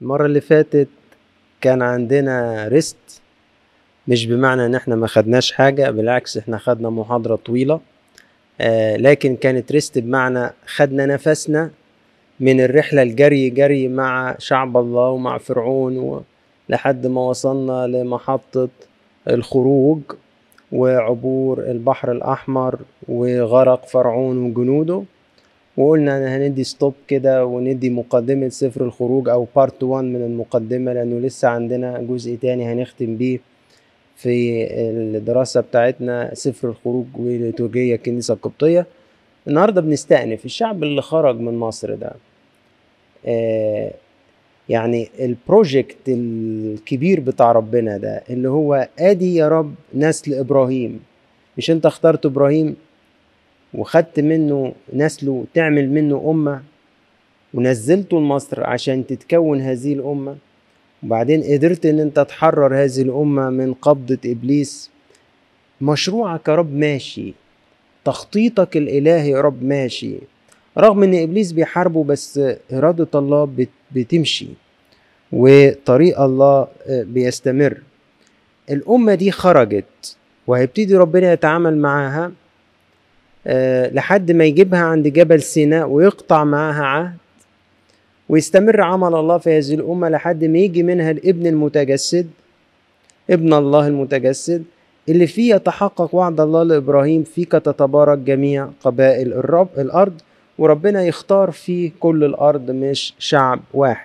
المرة اللي فاتت كان عندنا ريست، مش بمعنى ان احنا ما خدناش حاجة، بالعكس احنا خدنا محاضرة طويلة. لكن كانت ريست بمعنى خدنا نفسنا من الرحلة الجري مع شعب الله ومع فرعون لحد ما وصلنا لمحطة الخروج وعبور البحر الأحمر وغرق فرعون وجنوده. وقلنا أنا هندي ستوب كده وندي مقدمة سفر الخروج أو بارت 1 من المقدمة، لأنه لسه عندنا جزء تاني هنختم بيه في الدراسة بتاعتنا، سفر الخروج وليتورجية الكنيسة القبطية. النهاردة بنستأنف الشعب اللي خرج من مصر ده. يعني البروجكت الكبير بتاع ربنا ده اللي هو ادي يا رب نسل ابراهيم، مش انت اخترت ابراهيم وخدت منه نسله تعمل منه امة ونزلته لمصر عشان تتكون هذه الامة، وبعدين قدرت ان انت تحرر هذه الامة من قبضة ابليس. مشروعك يا رب ماشي، تخطيطك الالهي يا رب ماشي، رغم ان ابليس بيحاربه بس ارادة الله بتمشي وطريق الله بيستمر. الأمة دي خرجت وهيبتدي ربنا يتعامل معاها لحد ما يجيبها عند جبل سيناء ويقطع معاها عهد، ويستمر عمل الله في هذه الأمة لحد ما يجي منها الابن المتجسد، ابن الله المتجسد، اللي فيه يتحقق وعد الله لإبراهيم: فيك تتبارك جميع قبائل الأرض. وربنا يختار فيه كل الأرض مش شعب واحد.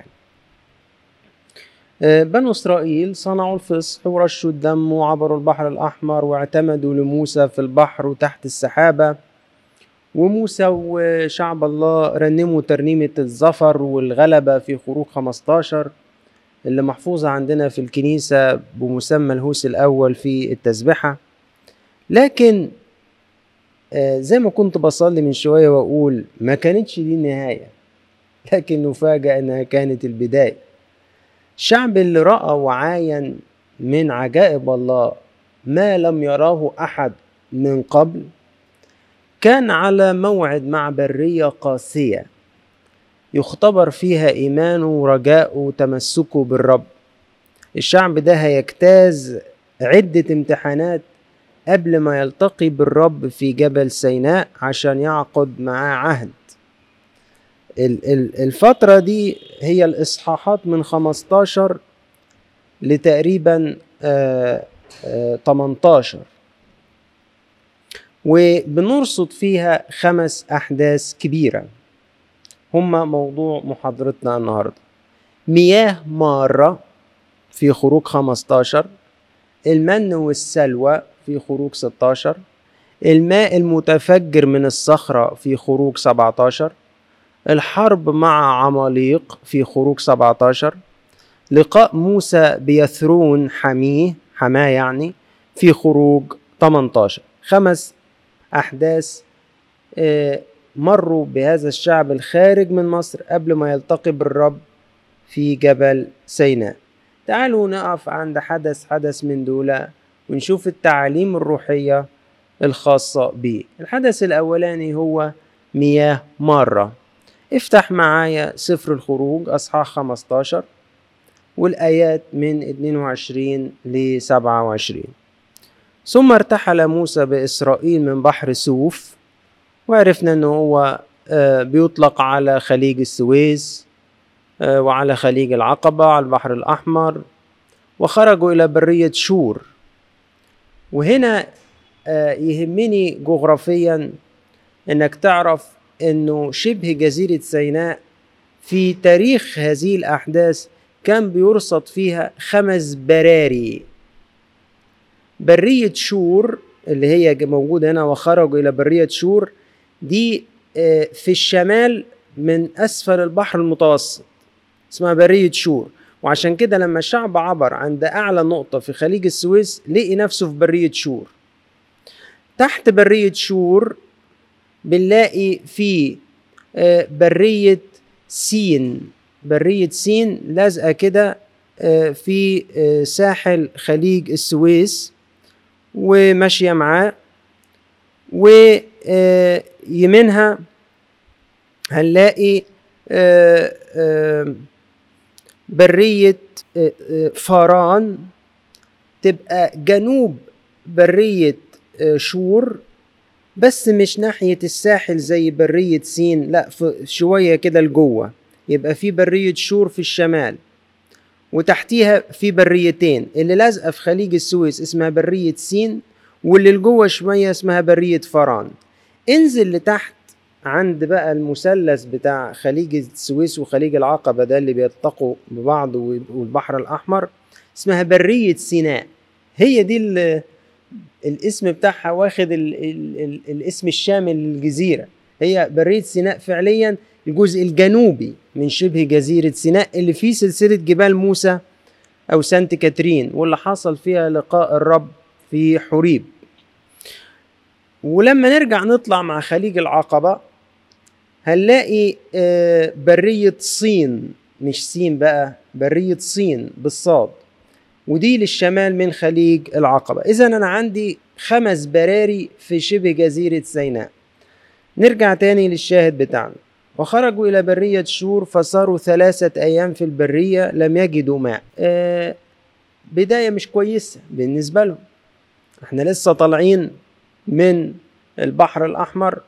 بنو إسرائيل صنعوا الفصح ورشوا الدم وعبروا البحر الأحمر واعتمدوا لموسى في البحر وتحت السحابة، وموسى وشعب الله رنموا ترنيمة الظفر والغلبة في خروج 15 اللي محفوظة عندنا في الكنيسة بمسمى الهوس الأول في التسبحة. لكن زي ما كنت بصلي من شوية وأقول ما كانتش دي النهاية، لكن نفاجأ أنها كانت البداية. الشعب اللي رأى وعاين من عجائب الله ما لم يراه أحد من قبل كان على موعد مع برية قاسية يختبر فيها إيمانه ورجاءه وتمسكه بالرب. الشعب ده هيجتاز عدة امتحانات قبل ما يلتقي بالرب في جبل سيناء عشان يعقد معاه عهد. الفترة دي هي الإصحاحات من 15 لتقريبا 18، وبنرصد فيها 5 أحداث كبيرة هما موضوع محاضرتنا النهاردة. مياه مارة في خروج 15، المن والسلوى في خروج 16، الماء المتفجر من الصخرة في خروج 17، الحرب مع عماليق في خروج 17، لقاء موسى بيثرون حماه يعني في خروج 18. 5 أحداث مروا بهذا الشعب الخارج من مصر قبل ما يلتقي بالرب في جبل سيناء. تعالوا نقف عند حدث من دول ونشوف التعاليم الروحية الخاصة به. الحدث الأولاني هو مياه مارة. افتح معايا سفر الخروج أصحاح 15 والآيات من 22 ل 27. ثم ارتحل موسى بإسرائيل من بحر سوف، وعرفنا أنه هو بيطلق على خليج السويس وعلى خليج العقبة على البحر الأحمر، وخرجوا إلى برية شور. وهنا يهمني جغرافيا أنك تعرف أنه شبه جزيرة سيناء في تاريخ هذه الأحداث كان بيرصد فيها 5 براري. برية شور اللي هي موجودة هنا، وخرجوا إلى برية شور دي في الشمال من أسفل البحر المتوسط، اسمها برية شور. وعشان كده لما الشعب عبر عند أعلى نقطة في خليج السويس لقي نفسه في برية شور. تحت برية شور بنلاقي في برية سين. برية سين لازقة كده في ساحل خليج السويس وماشية معاه، ويمنها هنلاقي برية فاران تبقى جنوب برية شور، بس مش ناحية الساحل زي برية سين، لا شوية كده لجوه. يبقى في برية شور في الشمال، وتحتيها في بريتين، اللي لازقة في خليج السويس اسمها برية سين، واللي لجوه شوية اسمها برية فاران. انزل لتحت عند بقى المثلث بتاع خليج السويس وخليج العقبة ده اللي بيلتقوا ببعض والبحر الأحمر، اسمها برية سيناء. هي دي الاسم بتاعها واخد الاسم الشامل للجزيرة. هي برية سيناء فعليا الجزء الجنوبي من شبه جزيرة سيناء اللي فيه سلسلة جبال موسى أو سانت كاترين، واللي حصل فيها لقاء الرب في حوريب. ولما نرجع نطلع مع خليج العقبة هنلاقي برية صين، مش سين بقى، برية صين بالصاد، ودي للشمال من خليج العقبة. إذن أنا عندي 5 براري في شبه جزيرة سيناء. نرجع تاني للشاهد بتاعنا. وخرجوا إلى برية شور فصاروا 3 أيام في البرية لم يجدوا ماء. بداية مش كويسة بالنسبة لهم. احنا لسه طالعين من البحر الأحمر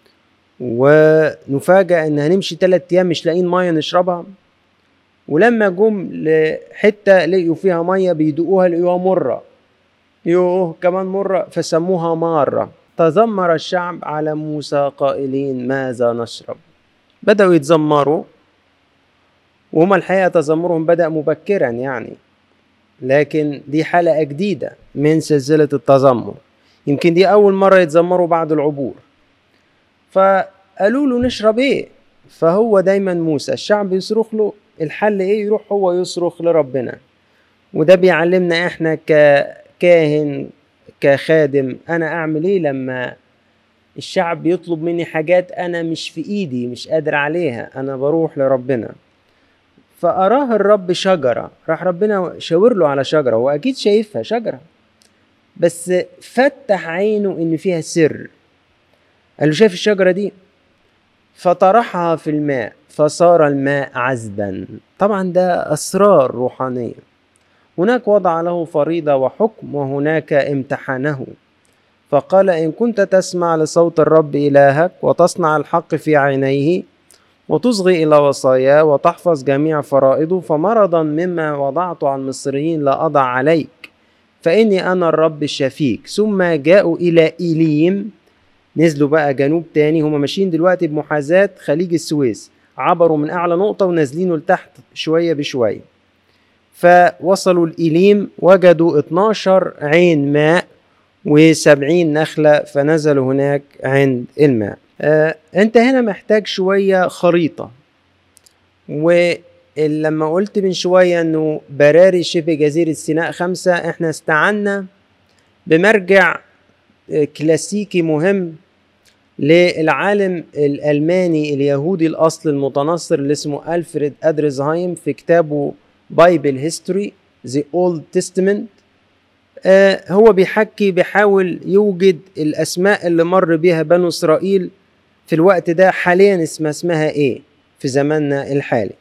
ونفاجأ ان هنمشي 3 أيام مش لاقيين مية نشربها، ولما جم لحتة لقيوا فيها مية بيدوقوها لقيوها مرة، كمان مرة، فسموها مارة. تذمر الشعب على موسى قائلين ماذا نشرب؟ بدأوا يتذمروا، وهم الحقيقة تذمرهم بدأ مبكرا يعني، لكن دي حلقة جديدة من سلسلة التذمر. يمكن دي أول مرة يتذمروا بعد العبور. فقالوا له نشرب ايه؟ فهو دايما موسى الشعب يصرخ له، الحل ايه؟ يروح هو يصرخ لربنا. وده بيعلمنا احنا ككاهن كخادم، انا اعمل ايه لما الشعب يطلب مني حاجات انا مش في ايدي، مش قادر عليها؟ انا بروح لربنا. فاراه الرب شجرة، راح ربنا شاور له على شجرة، هو اكيد شايفها شجرة، بس فتح عينه ان فيها سر. قال له شايف الشجرة دي؟ فطرحها في الماء فصار الماء عذبا. طبعا ده أسرار روحانية. هناك وضع له فريضة وحكم، وهناك امتحانه. فقال إن كنت تسمع لصوت الرب إلهك وتصنع الحق في عينيه وتصغي إلى وصاياه وتحفظ جميع فرائضه، فمرضا مما وضعت عن المصريين لا أضع عليك، فإني أنا الرب الشفيك. ثم جاءوا إلى إليم، نزلوا بقى جنوب تاني، هما ماشيين دلوقتي بمحاذاة خليج السويس، عبروا من أعلى نقطة ونازلينه لتحت شوية بشوية، فوصلوا الإليم وجدوا 12 عين ماء و70 نخلة، فنزلوا هناك عند الماء. أنت هنا محتاج شوية خريطة. ولما قلت من شوية أنه براري شبه جزيرة سيناء 5، احنا استعنا بمرجع كلاسيكي مهم للعالم الألماني اليهودي الأصل المتنصر اللي اسمه ألفريد أدرزهايم في كتابه بايبل هيستوري The Old Testament. هو بيحاول يوجد الأسماء اللي مر بيها بنو إسرائيل في الوقت ده حاليا اسمها إيه في زماننا الحالي.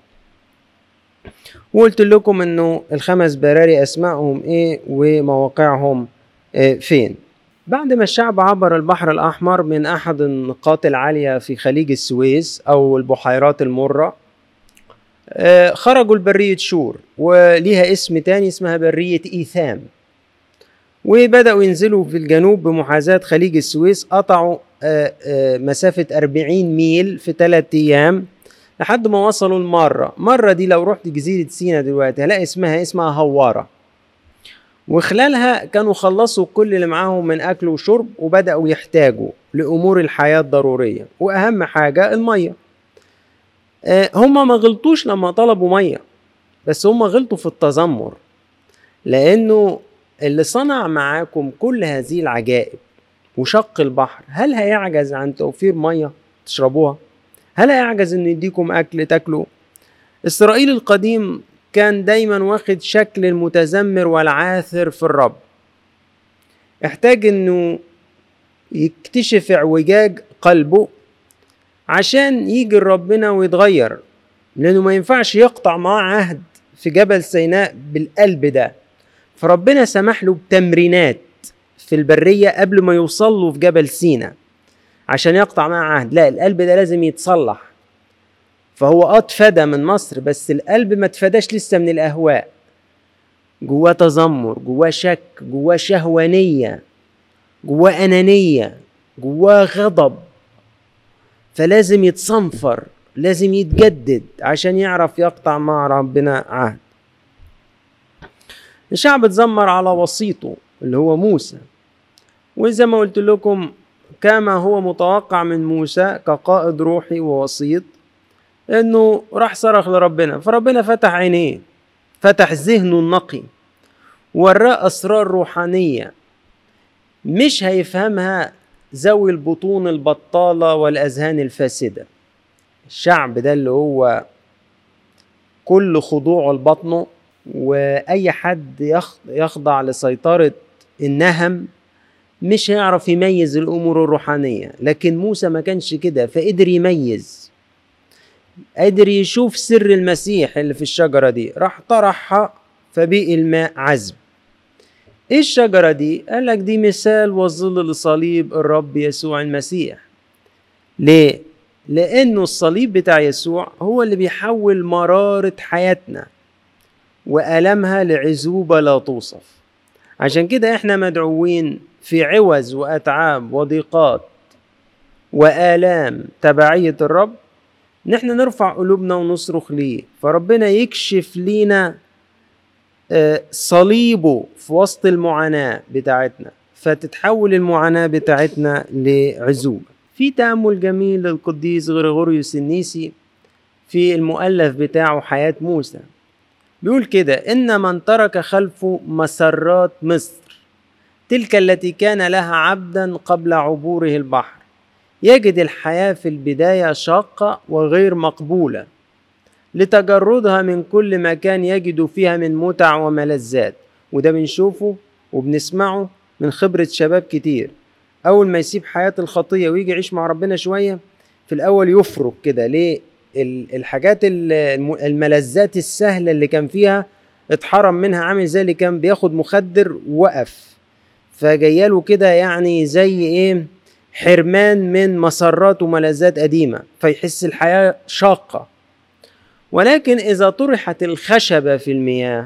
وقلت لكم إنه ال5 براري أسمائهم إيه ومواقعهم فين. بعد ما الشعب عبر البحر الأحمر من أحد النقاط العالية في خليج السويس أو البحيرات المرة، خرجوا لبرية شور، وليها اسم تاني اسمها برية إيثام، وبدأوا ينزلوا في الجنوب بمحاذاة خليج السويس. قطعوا مسافة 40 ميل في 3 أيام لحد ما وصلوا المرة دي لو رحت جزيرة سيناء دلوقتي هلاقي اسمها هوارة. وخلالها كانوا خلصوا كل اللي معاهم من أكل وشرب، وبدأوا يحتاجوا لأمور الحياة الضرورية، وأهم حاجة المية. هم ما غلطوش لما طلبوا مية، بس هم غلطوا في التذمر، لأنه اللي صنع معاكم كل هذه العجائب وشق البحر هل هيعجز عن توفير مية تشربوها؟ هل هيعجز أن يديكم أكل تاكلوا؟ إسرائيل القديم كان دايما واخد شكل المتذمر والعاثر في الرب. احتاج انه يكتشف اعوجاج قلبه عشان يجي ربنا ويتغير، لانه ما ينفعش يقطع معاه عهد في جبل سيناء بالقلب ده، فربنا سمح له بتمرينات في البرية قبل ما يوصل له في جبل سيناء عشان يقطع معاه عهد. لا، القلب ده لازم يتصلح. فهو اتفدى من مصر، بس القلب ما اتفداش لسه من الأهواء، جواه تذمر، جواه شك، جواه شهوانية، جواه أنانية، جواه غضب. فلازم يتصنفر، لازم يتجدد عشان يعرف يقطع مع ربنا عهد. الشعب اتذمر على وسيطه اللي هو موسى، وزي ما قلت لكم كما هو متوقع من موسى كقائد روحي ووسيط، انه راح صرخ لربنا، فربنا فتح عينيه، فتح ذهنه النقي، وراه اسرار روحانية مش هيفهمها ذوي البطون البطالة والأذهان الفاسدة. الشعب ده اللي هو كل خضوعه لبطنه، وأي حد يخضع لسيطرة النهم مش هيعرف يميز الأمور الروحانية. لكن موسى ما كانش كده، فقدر يميز، قدر يشوف سر المسيح اللي في الشجرة دي، راح طرحها فبقي الماء عذب. ايه الشجرة دي؟ قالك دي مثال وظل لصليب الرب يسوع المسيح. ليه؟ لأنه الصليب بتاع يسوع هو اللي بيحول مرارة حياتنا وألمها لعذوبة لا توصف. عشان كده احنا مدعوين في عوز وأتعاب وضيقات وآلام تبعية الرب نحن نرفع قلوبنا ونصرخ ليه، فربنا يكشف لينا صليبه في وسط المعاناة بتاعتنا، فتتحول المعاناة بتاعتنا لعزوبة. في تأمل جميل للقديس غريغوريوس النيسي في المؤلف بتاعه حياة موسى، بيقول كده: إن من ترك خلفه مسرات مصر تلك التي كان لها عبدا قبل عبوره البحر يجد الحياة في البداية شاقة وغير مقبولة لتجردها من كل ما كان يجد فيها من متع وملذات. وده بنشوفه وبنسمعه من خبرة شباب كتير، أول ما يسيب حياة الخطية ويجي يعيش مع ربنا شوية، في الأول يفرق كده. ليه؟ الحاجات الملذات السهلة اللي كان فيها اتحرم منها، عامل زي اللي كان بياخد مخدر ووقف، فجياله كده يعني زي ايه، حرمان من مسرات وملذات قديمة، فيحس الحياة شاقة. ولكن إذا طرحت الخشبة في المياه،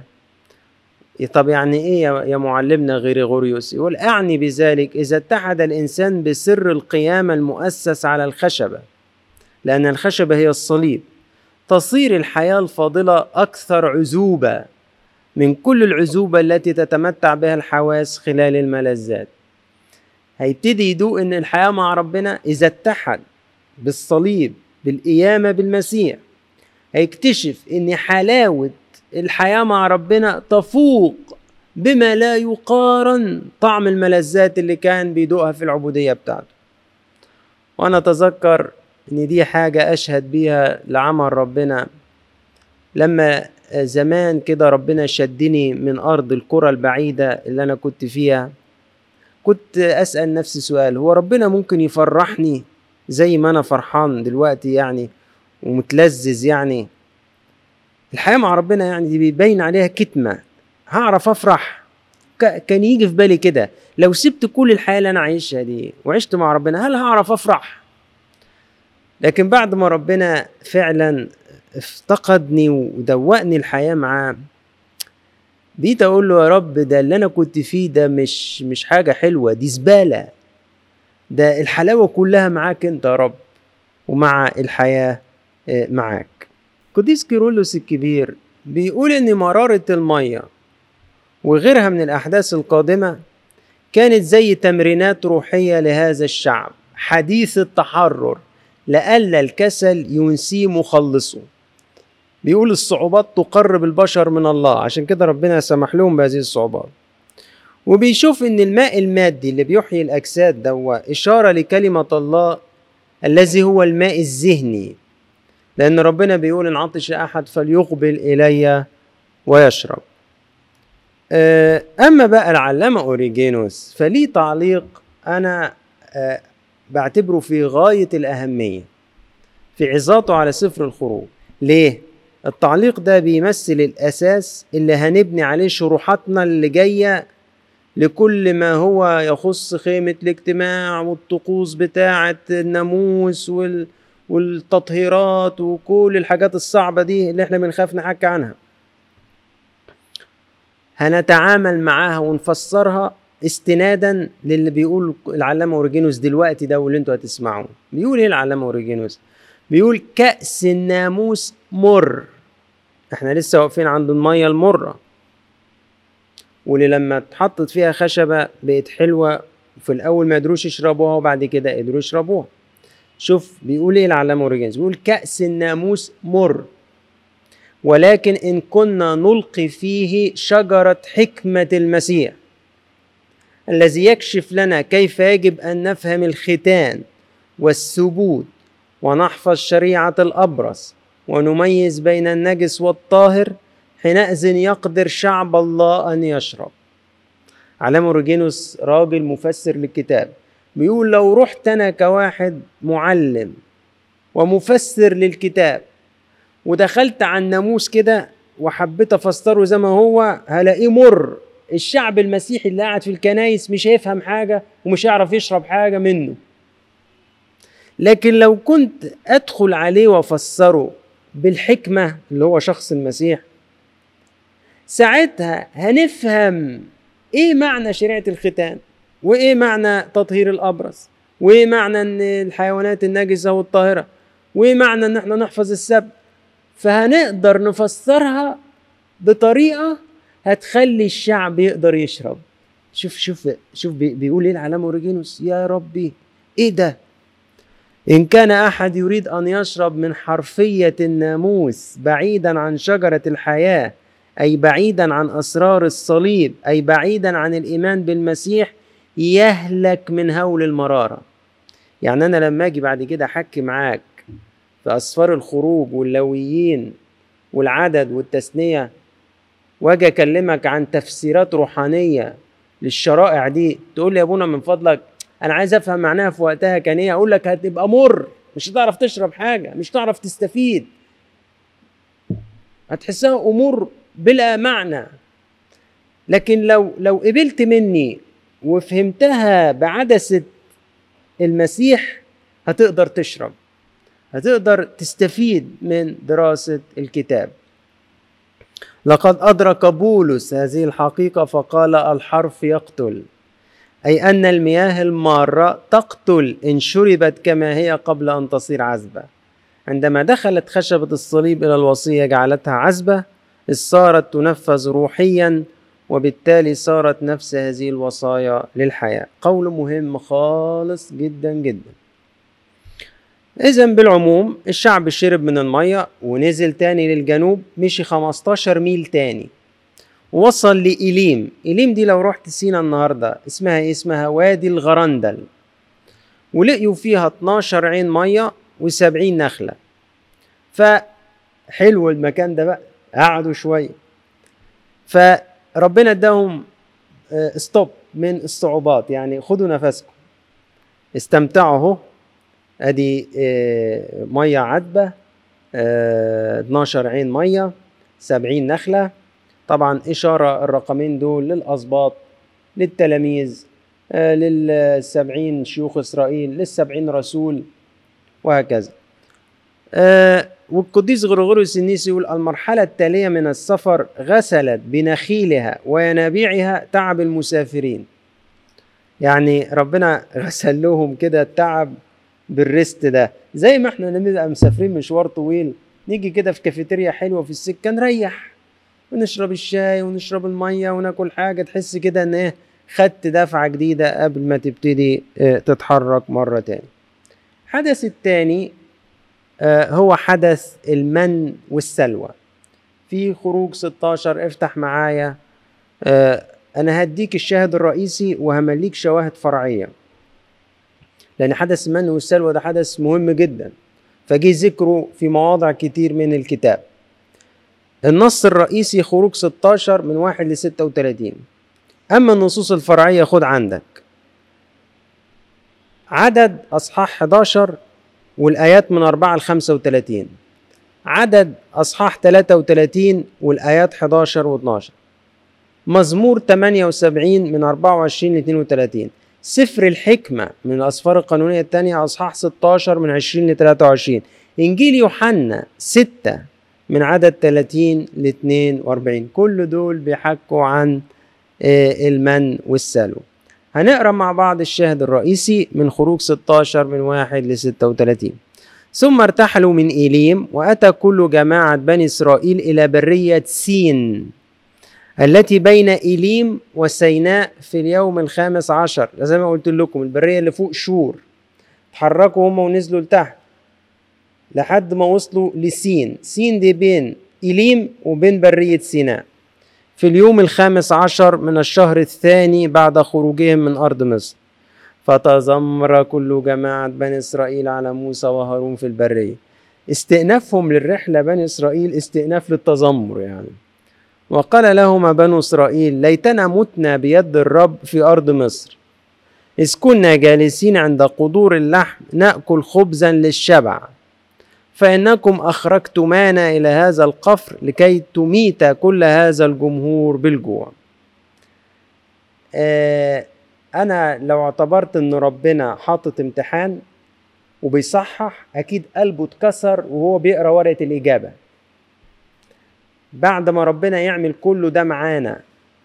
طب يعني إيه يا معلمنا غريغوريوس؟ يقول: أعني بذلك إذا اتحد الإنسان بسر القيامة المؤسس على الخشبة، لأن الخشبة هي الصليب، تصير الحياة الفاضلة أكثر عذوبة من كل العذوبة التي تتمتع بها الحواس خلال الملذات. هيبتدي يدوق إن الحياة مع ربنا إذا اتحد بالصليب بالقيامة بالمسيح، هيكتشف إن حلاوة الحياة مع ربنا تفوق بما لا يقارن طعم الملذات اللي كان بيدوقها في العبودية بتاعته. وأنا أتذكر إن دي حاجة أشهد بيها لعمل ربنا. لما زمان كده ربنا شدني من أرض القرى البعيدة اللي أنا كنت فيها، كنت أسأل نفسي سؤال: هو ربنا ممكن يفرحني زي ما أنا فرحان دلوقتي يعني ومتلذذ؟ يعني الحياة مع ربنا يعني دي بيبين عليها كتمة، هعرف أفرح؟ كان يجي في بالي كده، لو سبت كل الحياة اللي أنا عايشها دي وعشت مع ربنا، هل هعرف أفرح؟ لكن بعد ما ربنا فعلا افتقدني ودوقني الحياة معاه، بقيت أقول له: يا رب، ده اللي أنا كنت فيه ده مش حاجة حلوة، دي زبالة، ده الحلاوة كلها معاك أنت يا رب ومع الحياة معاك. قديس كيرلس الكبير بيقول إن مرارة المية وغيرها من الأحداث القادمة كانت زي تمرينات روحية لهذا الشعب حديث التحرر لئلا الكسل ينسيه مخلصه. بيقول الصعوبات تقرب البشر من الله، عشان كده ربنا سمح لهم بهذه الصعوبات. وبيشوف إن الماء المادي اللي بيحيي الأجساد ده إشارة لكلمة الله الذي هو الماء الذهني، لأن ربنا بيقول: إن عطش أحد فليقبل إلي ويشرب. أما بقى العلامة أوريجينوس فليه تعليق أنا بعتبره في غاية الأهمية في عظاته على سفر الخروج. ليه؟ التعليق ده بيمثل الأساس اللي هنبني عليه شروحاتنا اللي جاية لكل ما هو يخص خيمة الاجتماع والطقوس بتاعة الناموس والتطهيرات وكل الحاجات الصعبة دي اللي احنا بنخاف نحكي عنها. هنتعامل معاها ونفسرها استنادا للي بيقول العلامة أوريجينوس دلوقتي ده واللي انتوا هتسمعوه. بيقول ايه العلامة أوريجينوس؟ بيقول كأس الناموس مر. احنا لسه واقفين عند المية المرة واللي لما اتحطت فيها خشبة بقت حلوة، في الأول ما قدروش يشربوها وبعد كده قدروا يشربوها. شوف بيقول ايه العلامة أوريجينوس؟ بيقول كأس الناموس مر، ولكن إن كنا نلقي فيه شجرة حكمة المسيح الذي يكشف لنا كيف يجب أن نفهم الختان والثبوت ونحفظ شريعة الأبرص ونميز بين النجس والطاهر، حينئذ يقدر شعب الله أن يشرب. علامة أوريجينوس راجل مفسر للكتاب بيقول لو رحت أنا كواحد معلم ومفسر للكتاب ودخلت على الناموس كده وحبيت أفسره زي ما هو هلاقيه مر. الشعب المسيحي اللي قاعد في الكنايس مش هيفهم حاجة ومش هيعرف يشرب حاجة منه. لكن لو كنت أدخل عليه وأفسره بالحكمة اللي هو شخص المسيح، ساعتها هنفهم إيه معنى شريعة الختان، وإيه معنى تطهير الأبرص، وإيه معنى أن الحيوانات النجسة والطاهرة، وإيه معنى أن احنا نحفظ السبت. فهنقدر نفسرها بطريقة هتخلي الشعب يقدر يشرب. شوف بيقول ايه العلامة أوريجينوس؟ يا ربي ايه ده؟ إن كان أحد يريد أن يشرب من حرفية الناموس بعيدا عن شجرة الحياة، أي بعيدا عن أسرار الصليب، أي بعيدا عن الإيمان بالمسيح، يهلك من هول المرارة. يعني أنا لما أجي بعد كده أحكي معاك في أسفار الخروج واللويين والعدد والتثنية واجي أكلمك عن تفسيرات روحانية للشرائع دي، تقول لي يا ابونا من فضلك أنا عايز أفهم معناها في وقتها كان إيه، أقول لك هتبقى مر، مش هتعرف تشرب حاجة، مش هتعرف تستفيد، هتحسها أمور بلا معنى. لكن لو قبلت مني وفهمتها بعدسة المسيح هتقدر تشرب، هتقدر تستفيد من دراسة الكتاب. لقد أدرك بولس هذه الحقيقة فقال الحرف يقتل، أي أن المياه المارة تقتل إن شربت كما هي قبل أن تصير عذبة. عندما دخلت خشبة الصليب إلى الوصية جعلتها عذبة، إذ صارت تنفذ روحيا، وبالتالي صارت نفس هذه الوصايا للحياة. قول مهم خالص جدا جدا. إذن بالعموم الشعب شرب من المية ونزل تاني للجنوب، مشي 15 ميل تاني ووصل لإليم. إليم دي لو رحت سينا النهاردة اسمها إيه؟ اسمها وادي الغرندل، ولقيوا فيها 12 عين مية و70 نخلة. فحلو المكان ده بقى، قعدوا شوية، فربنا اداهم ستوب من الصعوبات، يعني خدوا نفسكم استمتعوا اهو. ادي مية عذبة، 12 عين مية، 70 نخلة. طبعا إشارة الرقمين دول للأسباط، للتلاميذ، لل70 شيوخ إسرائيل، لل70 رسول، وهكذا. والقديس غريغوريوس النيسي يقول المرحلة التالية من السفر غسلت بنخيلها وينابيعها تعب المسافرين. يعني ربنا غسل لهم كده التعب بالرست ده، زي ما احنا نبقى مسافرين مشوار طويل نيجي كده في كافيتيريا حلوة في السكة نريح ونشرب الشاي ونشرب المية وناكل حاجة، تحس كده ان ايه خدت دفعة جديدة قبل ما تبتدي تتحرك مرة تاني. الحدث التاني هو حدث المن والسلوى في خروج 16. افتح معايا، انا هديك الشاهد الرئيسي وهمليك شواهد فرعية، لأن حدث المن والسلوى ده حدث مهم جدا فجي ذكره في مواضع كتير من الكتاب. النص الرئيسي خروج 16 من 1 ل 36. أما النصوص الفرعية خد عندك عدد أصحاح 11 والآيات من 4 ل 35، عدد أصحاح 33 والآيات 11 و 12. مزمور 78 من 24 ل 32. سفر الحكمة من الأسفار القانونية الثانية أصحاح 16 من 20 ل 23. إنجيل يوحنا 6 من عدد 30 ل 42. كل دول بيحكوا عن المن والسلو. هنقرأ مع بعض الشاهد الرئيسي من خروج 16 من 1 ل 36. ثم ارتحلوا من إيليم وأتى كل جماعة بني إسرائيل إلى برية سين التي بين إيليم وسيناء في اليوم 15. زي ما قلت لكم البرية اللي فوق شور. تحركوا هم ونزلوا لتحت لحد ما وصلوا لسين. سين دي بين إيليم وبين برية سيناء في اليوم 15 من الشهر الثاني بعد خروجهم من أرض مصر. فتذمر كل جماعة بني إسرائيل على موسى وهارون في البرية. استئنافهم للرحلة بني إسرائيل استئناف للتذمر يعني. وقال لهما بنو إسرائيل ليتنا متنا بيد الرب في أرض مصر، إذ كنا جالسين عند قدور اللحم نأكل خبزا للشبع، فإنكم أخرجتمانا إلى هذا القفر لكي تميت كل هذا الجمهور بالجوع. أنا لو اعتبرت إن ربنا حاطط امتحان وبيصحح، أكيد قلبه اتكسر وهو بيقرأ ورقة الإجابة. بعد ما ربنا يعمل كله ده معانا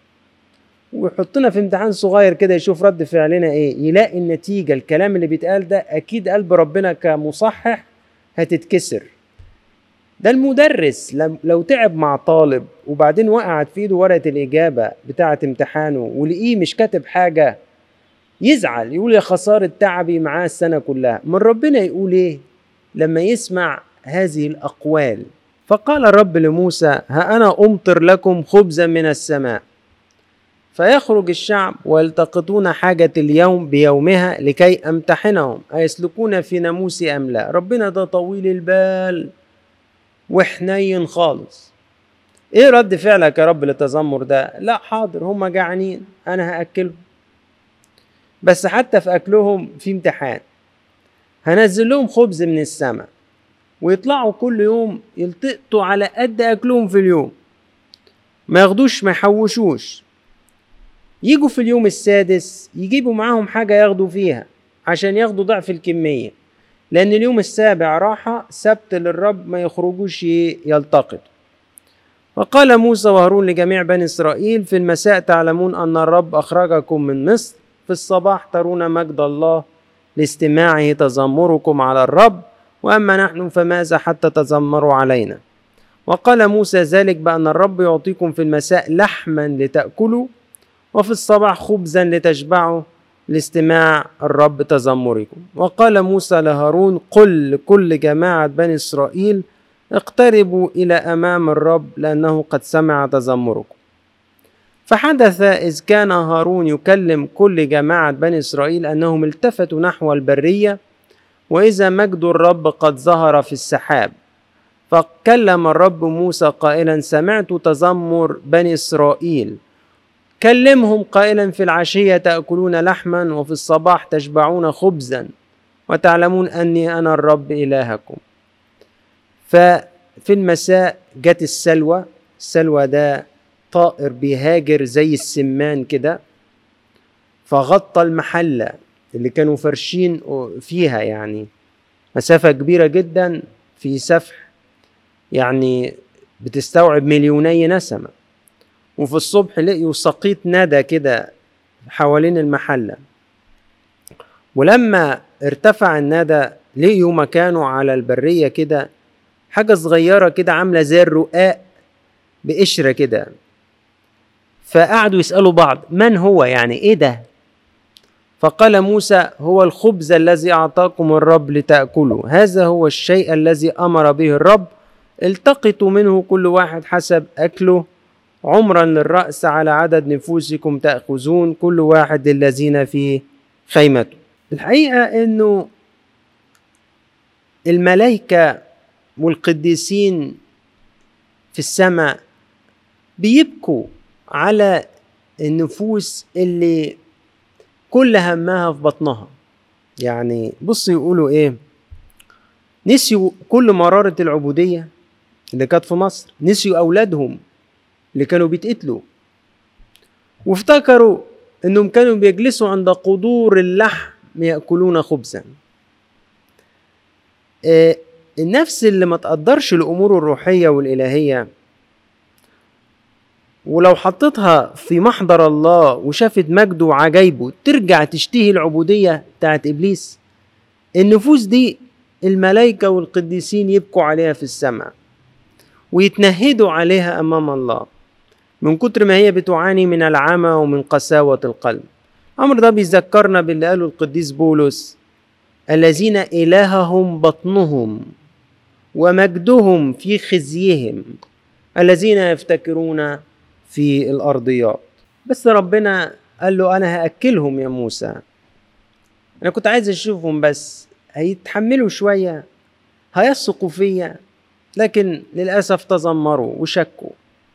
ويحطنا في امتحان صغير كده يشوف رد فعلنا ايه، يلاقي النتيجة الكلام اللي بيتقال ده، أكيد قلب ربنا كمصحح هتتكسر. ده المدرس لو تعب مع طالب وبعدين وقعت في ايده ورقة الإجابة بتاعة امتحانه ولقيه مش كاتب حاجة، يزعل يقول يا خسارة تعبي معاه السنة كلها. من ربنا يقول ايه لما يسمع هذه الأقوال؟ فقال الرب لموسى ها أنا أمطر لكم خبزا من السماء، فيخرج الشعب ويلتقطون حاجة اليوم بيومها لكي أمتحنهم أيسلكون في ناموسي أم لا. ربنا ده طويل البال وحنين خالص. ايه رد فعلك يا رب للتذمر ده؟ لا حاضر، هم جعانين أنا هأكلهم، بس حتى في أكلهم في امتحان. هنزل لهم خبز من السماء ويطلعوا كل يوم يلتقطوا على قد أكلهم في اليوم، ما ياخدوش ما يحوشوش. يجوا في اليوم السادس يجيبوا معاهم حاجة ياخدوا فيها عشان ياخدوا ضعف الكمية، لأن اليوم السابع راحة سبت للرب ما يخرجوش يلتقطوا. وقال موسى وهارون لجميع بني إسرائيل في المساء تعلمون أن الرب أخرجكم من مصر، في الصباح ترون مجد الله لاستماعه تذمركم على الرب، وأما نحن فماذا حتى تذمروا علينا. وقال موسى ذلك بأن الرب يعطيكم في المساء لحما لتأكلوا وفي الصباح خبزا لتشبعوا لاستماع الرب تذمركم. وقال موسى لهارون قل لكل جماعة بني إسرائيل اقتربوا إلى أمام الرب لأنه قد سمع تذمركم. فحدث إذ كان هارون يكلم كل جماعة بني إسرائيل أنهم التفتوا نحو البرية، وإذا مجد الرب قد ظهر في السحاب. فكلم الرب موسى قائلا سمعت تذمر بني إسرائيل، كلمهم قائلا في العشية تأكلون لحما وفي الصباح تشبعون خبزا وتعلمون أني أنا الرب إلهكم. ففي المساء جت السلوى. السلوى ده طائر بيهاجر زي السمان كده، فغطى المحلة اللي كانوا فرشين فيها، يعني مسافة كبيرة جدا في سفح يعني بتستوعب 2,000,000 نسمة. وفي الصبح لقيوا سقيط ندى كده حوالين المحلة، ولما ارتفع الندى لقيوا مكانه على البرية كده حاجة صغيرة كده عاملة زي الرقاق بقشرة كده. فقعدوا يسألوا بعض من هو، يعني ايه ده؟ فقال موسى هو الخبز الذي أعطاكم الرب لتأكلوا، هذا هو الشيء الذي أمر به الرب، التقطوا منه كل واحد حسب أكله، عمرا للرأس على عدد نفوسكم تأخذون كل واحد الذين في خيمته. الحقيقة أنه الملائكة والقديسين في السماء بيبكوا على النفوس اللي كل همها في بطنها. يعني بصوا يقولوا ايه، نسيوا كل مرارة العبودية اللي كانت في مصر، نسيوا أولادهم اللي كانوا بيتقتلوا، وافتكروا انهم كانوا بيجلسوا عند قدور اللحم يأكلون خبزا. النفس اللي ما تقدرش الأمور الروحية والإلهية، ولو حطتها في محضر الله وشافت مجده وعجايبه، ترجع تشتهي العبودية بتاعت إبليس. النفوس دي الملائكة والقديسين يبكوا عليها في السماء ويتنهدوا عليها أمام الله من كتر ما هي بتعاني من العمى ومن قساوة القلب. الأمر ده بيذكرنا باللي قاله القديس بولس: الذين إلههم بطنهم ومجدهم في خزيهم، الذين يفتكرون في الأرضيات. بس ربنا قال له: أنا هأكلهم يا موسى، أنا كنت عايز أشوفهم، بس هيتحملوا شوية، هيثقوا فيا، لكن للأسف تذمروا وشكوا.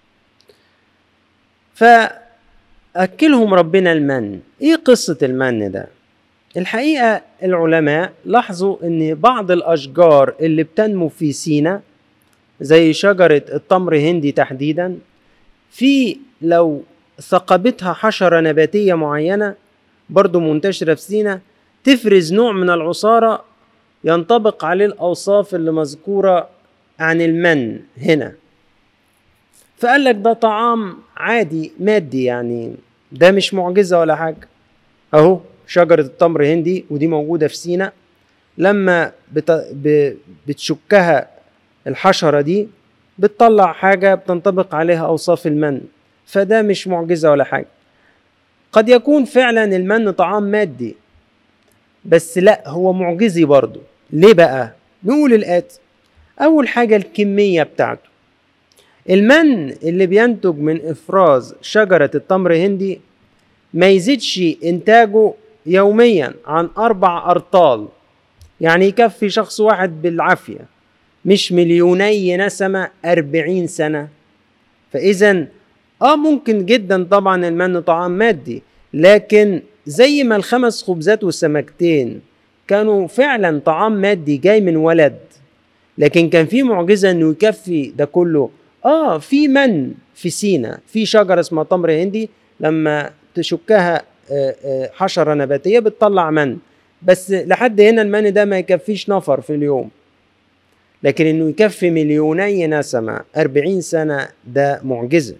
فأكلهم ربنا المن. إيه قصة المن ده؟ الحقيقة العلماء لاحظوا أن بعض الأشجار اللي بتنمو في سيناء زي شجرة التمر هندي تحديدا، في لو ثقبتها حشرة نباتية معينة برضو منتشرة في سيناء، تفرز نوع من العصارة ينطبق عليه الأوصاف اللي مذكورة عن المن هنا. فقال لك ده طعام عادي مادي، يعني ده مش معجزة ولا حاجة. اهو شجرة التمر هندي ودي موجودة في سيناء، لما بتشكها الحشرة دي بتطلع حاجة بتنطبق عليها أوصاف المن، فده مش معجزة ولا حاجة. قد يكون فعلا المن طعام مادي، بس لا، هو معجزي برضو. ليه بقى؟ نقول الآتي: أول حاجة الكمية بتاعته. المن اللي بينتج من إفراز شجرة التمر هندي ما يزيدش إنتاجه يوميا عن 4 أرطال، يعني يكفي شخص واحد بالعافية، مش مليوني نسمة 40 سنة. فإذن ممكن جدا طبعا المن طعام مادي، لكن زي ما ال5 خبزات والسمكتين كانوا فعلا طعام مادي جاي من ولد، لكن كان في معجزة انه يكفي ده كله. في من في سيناء في شجرة اسمها تمر هندي، لما تشكها حشرة نباتية بتطلع من، بس لحد هنا المن ده ما يكفيش نفر في اليوم، لكن انه يكفي مليوني نسمة 40 سنة ده معجزة.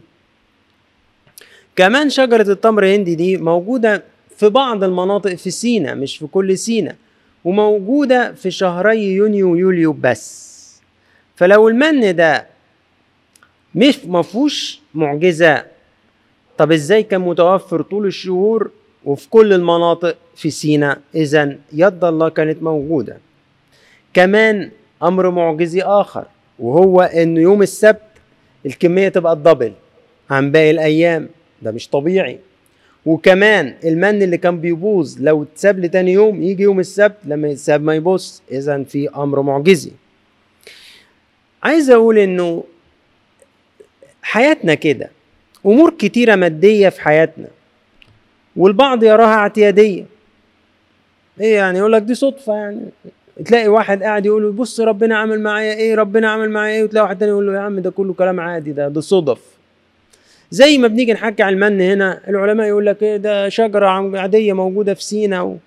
كمان شجرة التمر هندي دي موجودة في بعض المناطق في سيناء، مش في كل سيناء، وموجودة في شهري يونيو ويوليو بس. فلو المن ده مش مفهوش معجزة، طب ازاي كان متوفر طول الشهور وفي كل المناطق في سيناء؟ إذن يد الله كانت موجودة. كمان أمر معجزي آخر، وهو إنه يوم السبت الكمية تبقى الدبل عن باقي الأيام، ده مش طبيعي. وكمان المن اللي كان بيبوظ لو اتساب لتاني يوم يجي يوم السبت لما يتساب ما يبوظ. إذن في أمر معجزي. عايز أقول إنه حياتنا كده أمور كتيرة مادية في حياتنا، والبعض يراها اعتيادية. إيه يعني؟ يقول لك دي صدفة. يعني تلاقي واحد قاعد يقول له بص ربنا عمل معايا إيه، ربنا عمل معايا إيه، وتلاقي واحد تاني يقول له يا عم ده كله كلام عادي، ده صدف. زي ما بنيجي نحكي على المن هنا، العلماء يقول لك إيه ده شجرة عادية موجودة في سيناء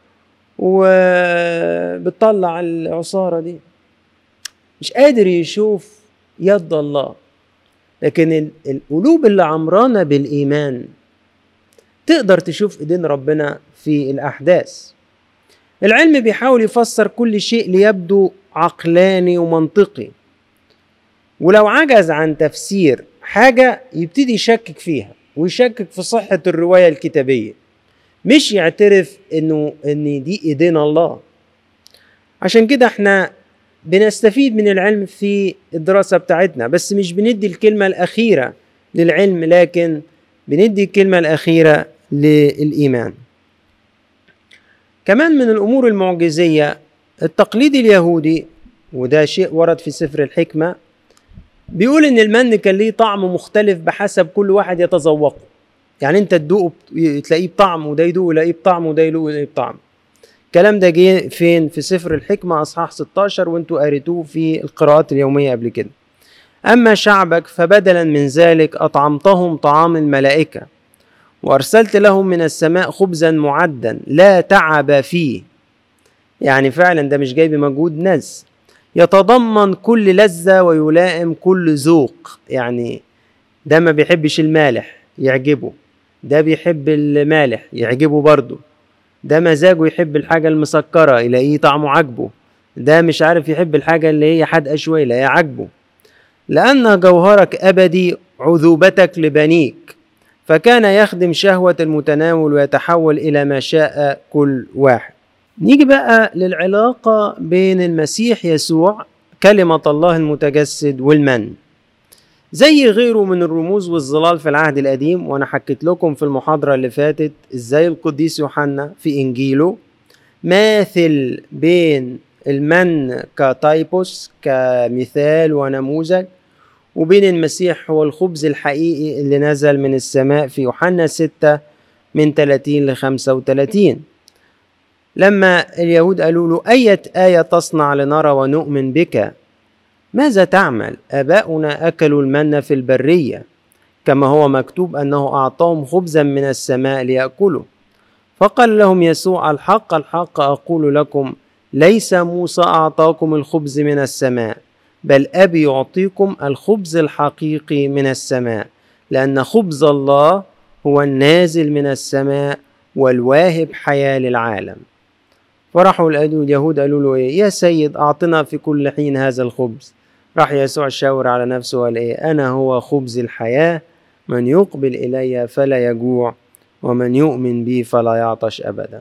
وبتطلع العصارة دي، مش قادر يشوف يد الله. لكن القلوب اللي عمرانة بالإيمان تقدر تشوف إيدين ربنا في الأحداث. العلم بيحاول يفسر كل شيء ليبدو عقلاني ومنطقي، ولو عجز عن تفسير حاجة يبتدي يشكك فيها ويشكك في صحة الرواية الكتابية، مش يعترف إن دي إيدين الله. عشان كده احنا بنستفيد من العلم في الدراسة بتاعتنا، بس مش بندي الكلمة الأخيرة للعلم، لكن بندي الكلمة الأخيرة للإيمان. كمان من الأمور المعجزية التقليد اليهودي، وده شيء ورد في سفر الحكمة، بيقول إن المن كان ليه طعم مختلف بحسب كل واحد يتذوقه. يعني أنت تدوقه تلاقيه بطعم، وده يدوقه يلاقيه بطعم، وده يدوقه يلاقيه بطعم. الكلام ده جه فين؟ في سفر الحكمة أصحاح 16، وانتوا قريتوه في القراءات اليومية قبل كده. أما شعبك فبدلا من ذلك أطعمتهم طعام الملائكة، وأرسلت لهم من السماء خبزا معدا لا تعب فيه. يعني فعلا ده مش جاي بمجهود ناس، يتضمن كل لذة ويلائم كل ذوق. يعني ده ما بيحبش المالح يعجبه، ده بيحب المالح يعجبه برضه، ده مزاجه يحب الحاجة المسكرة يلاقيه طعمه عجبه، ده مش عارف يحب الحاجة اللي هي حادقة شوية يلاقيه عجبه. لأن جوهرك أبدي عذوبتك لبنيك، فكان يخدم شهوة المتناول ويتحول إلى ما شاء كل واحد. نيجي بقى للعلاقة بين المسيح يسوع كلمة الله المتجسد والمن. زي غيره من الرموز والظلال في العهد القديم، وانا حكيت لكم في المحاضرة اللي فاتت ازاي القديس يوحنا في انجيله ماثل بين المن كتايبوس كمثال ونموذج، وبين المسيح هو الخبز الحقيقي اللي نزل من السماء في يوحنا 6 من 30 ل 35. لما اليهود قالوا له أية آية تصنع لنرى ونؤمن بك؟ ماذا تعمل؟ آباؤنا أكلوا المن في البرية، كما هو مكتوب أنه أعطاهم خبزا من السماء ليأكلوا. فقال لهم يسوع الحق الحق أقول لكم ليس موسى أعطاكم الخبز من السماء، بل أبي يعطيكم الخبز الحقيقي من السماء، لأن خبز الله هو النازل من السماء والواهب حياة للعالم. فراحوا اليهود قالوا له إيه؟ يا سيد أعطنا في كل حين هذا الخبز. راح يسوع شاور على نفسه وقال إيه؟ أنا هو خبز الحياة، من يقبل إلي فلا يجوع، ومن يؤمن بي فلا يعطش أبدا.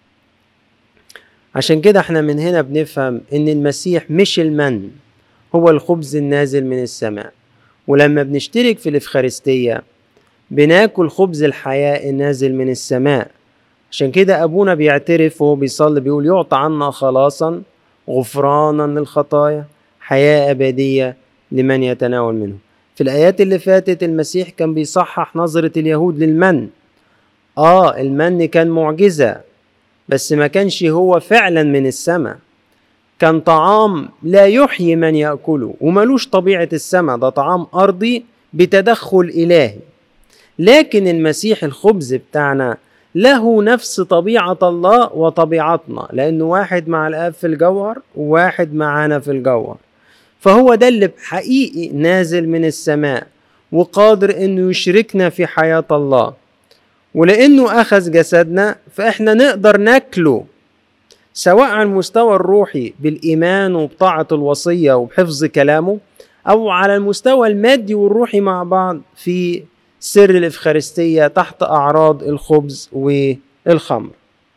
عشان كده احنا من هنا بنفهم إن المسيح مش المن، هو الخبز النازل من السماء. ولما بنشترك في الإفخارستية بناكل خبز الحياة النازل من السماء. عشان كده أبونا بيعترف وهو بيصلي بيقول يعطى عنا خلاصا غفرانا للخطايا حياة أبدية لمن يتناول منه. في الآيات اللي فاتت المسيح كان بيصحح نظرة اليهود للمن. المن كان معجزة، بس ما كانش هو فعلا من السماء، كان طعام لا يحيي من يأكله وملوش طبيعة السماء، ده طعام أرضي بتدخل إلهي. لكن المسيح الخبز بتاعنا له نفس طبيعة الله وطبيعتنا، لأنه واحد مع الآب في الجوهر وواحد معانا في الجوهر. فهو ده اللي حقيقي نازل من السماء وقادر أنه يشركنا في حياة الله. ولأنه أخذ جسدنا فإحنا نقدر ناكله، سواء على المستوى الروحي بالإيمان وبطاعة الوصية وبحفظ كلامه، أو على المستوى المادي والروحي مع بعض في سر الإفخارستية تحت أعراض الخبز والخمر.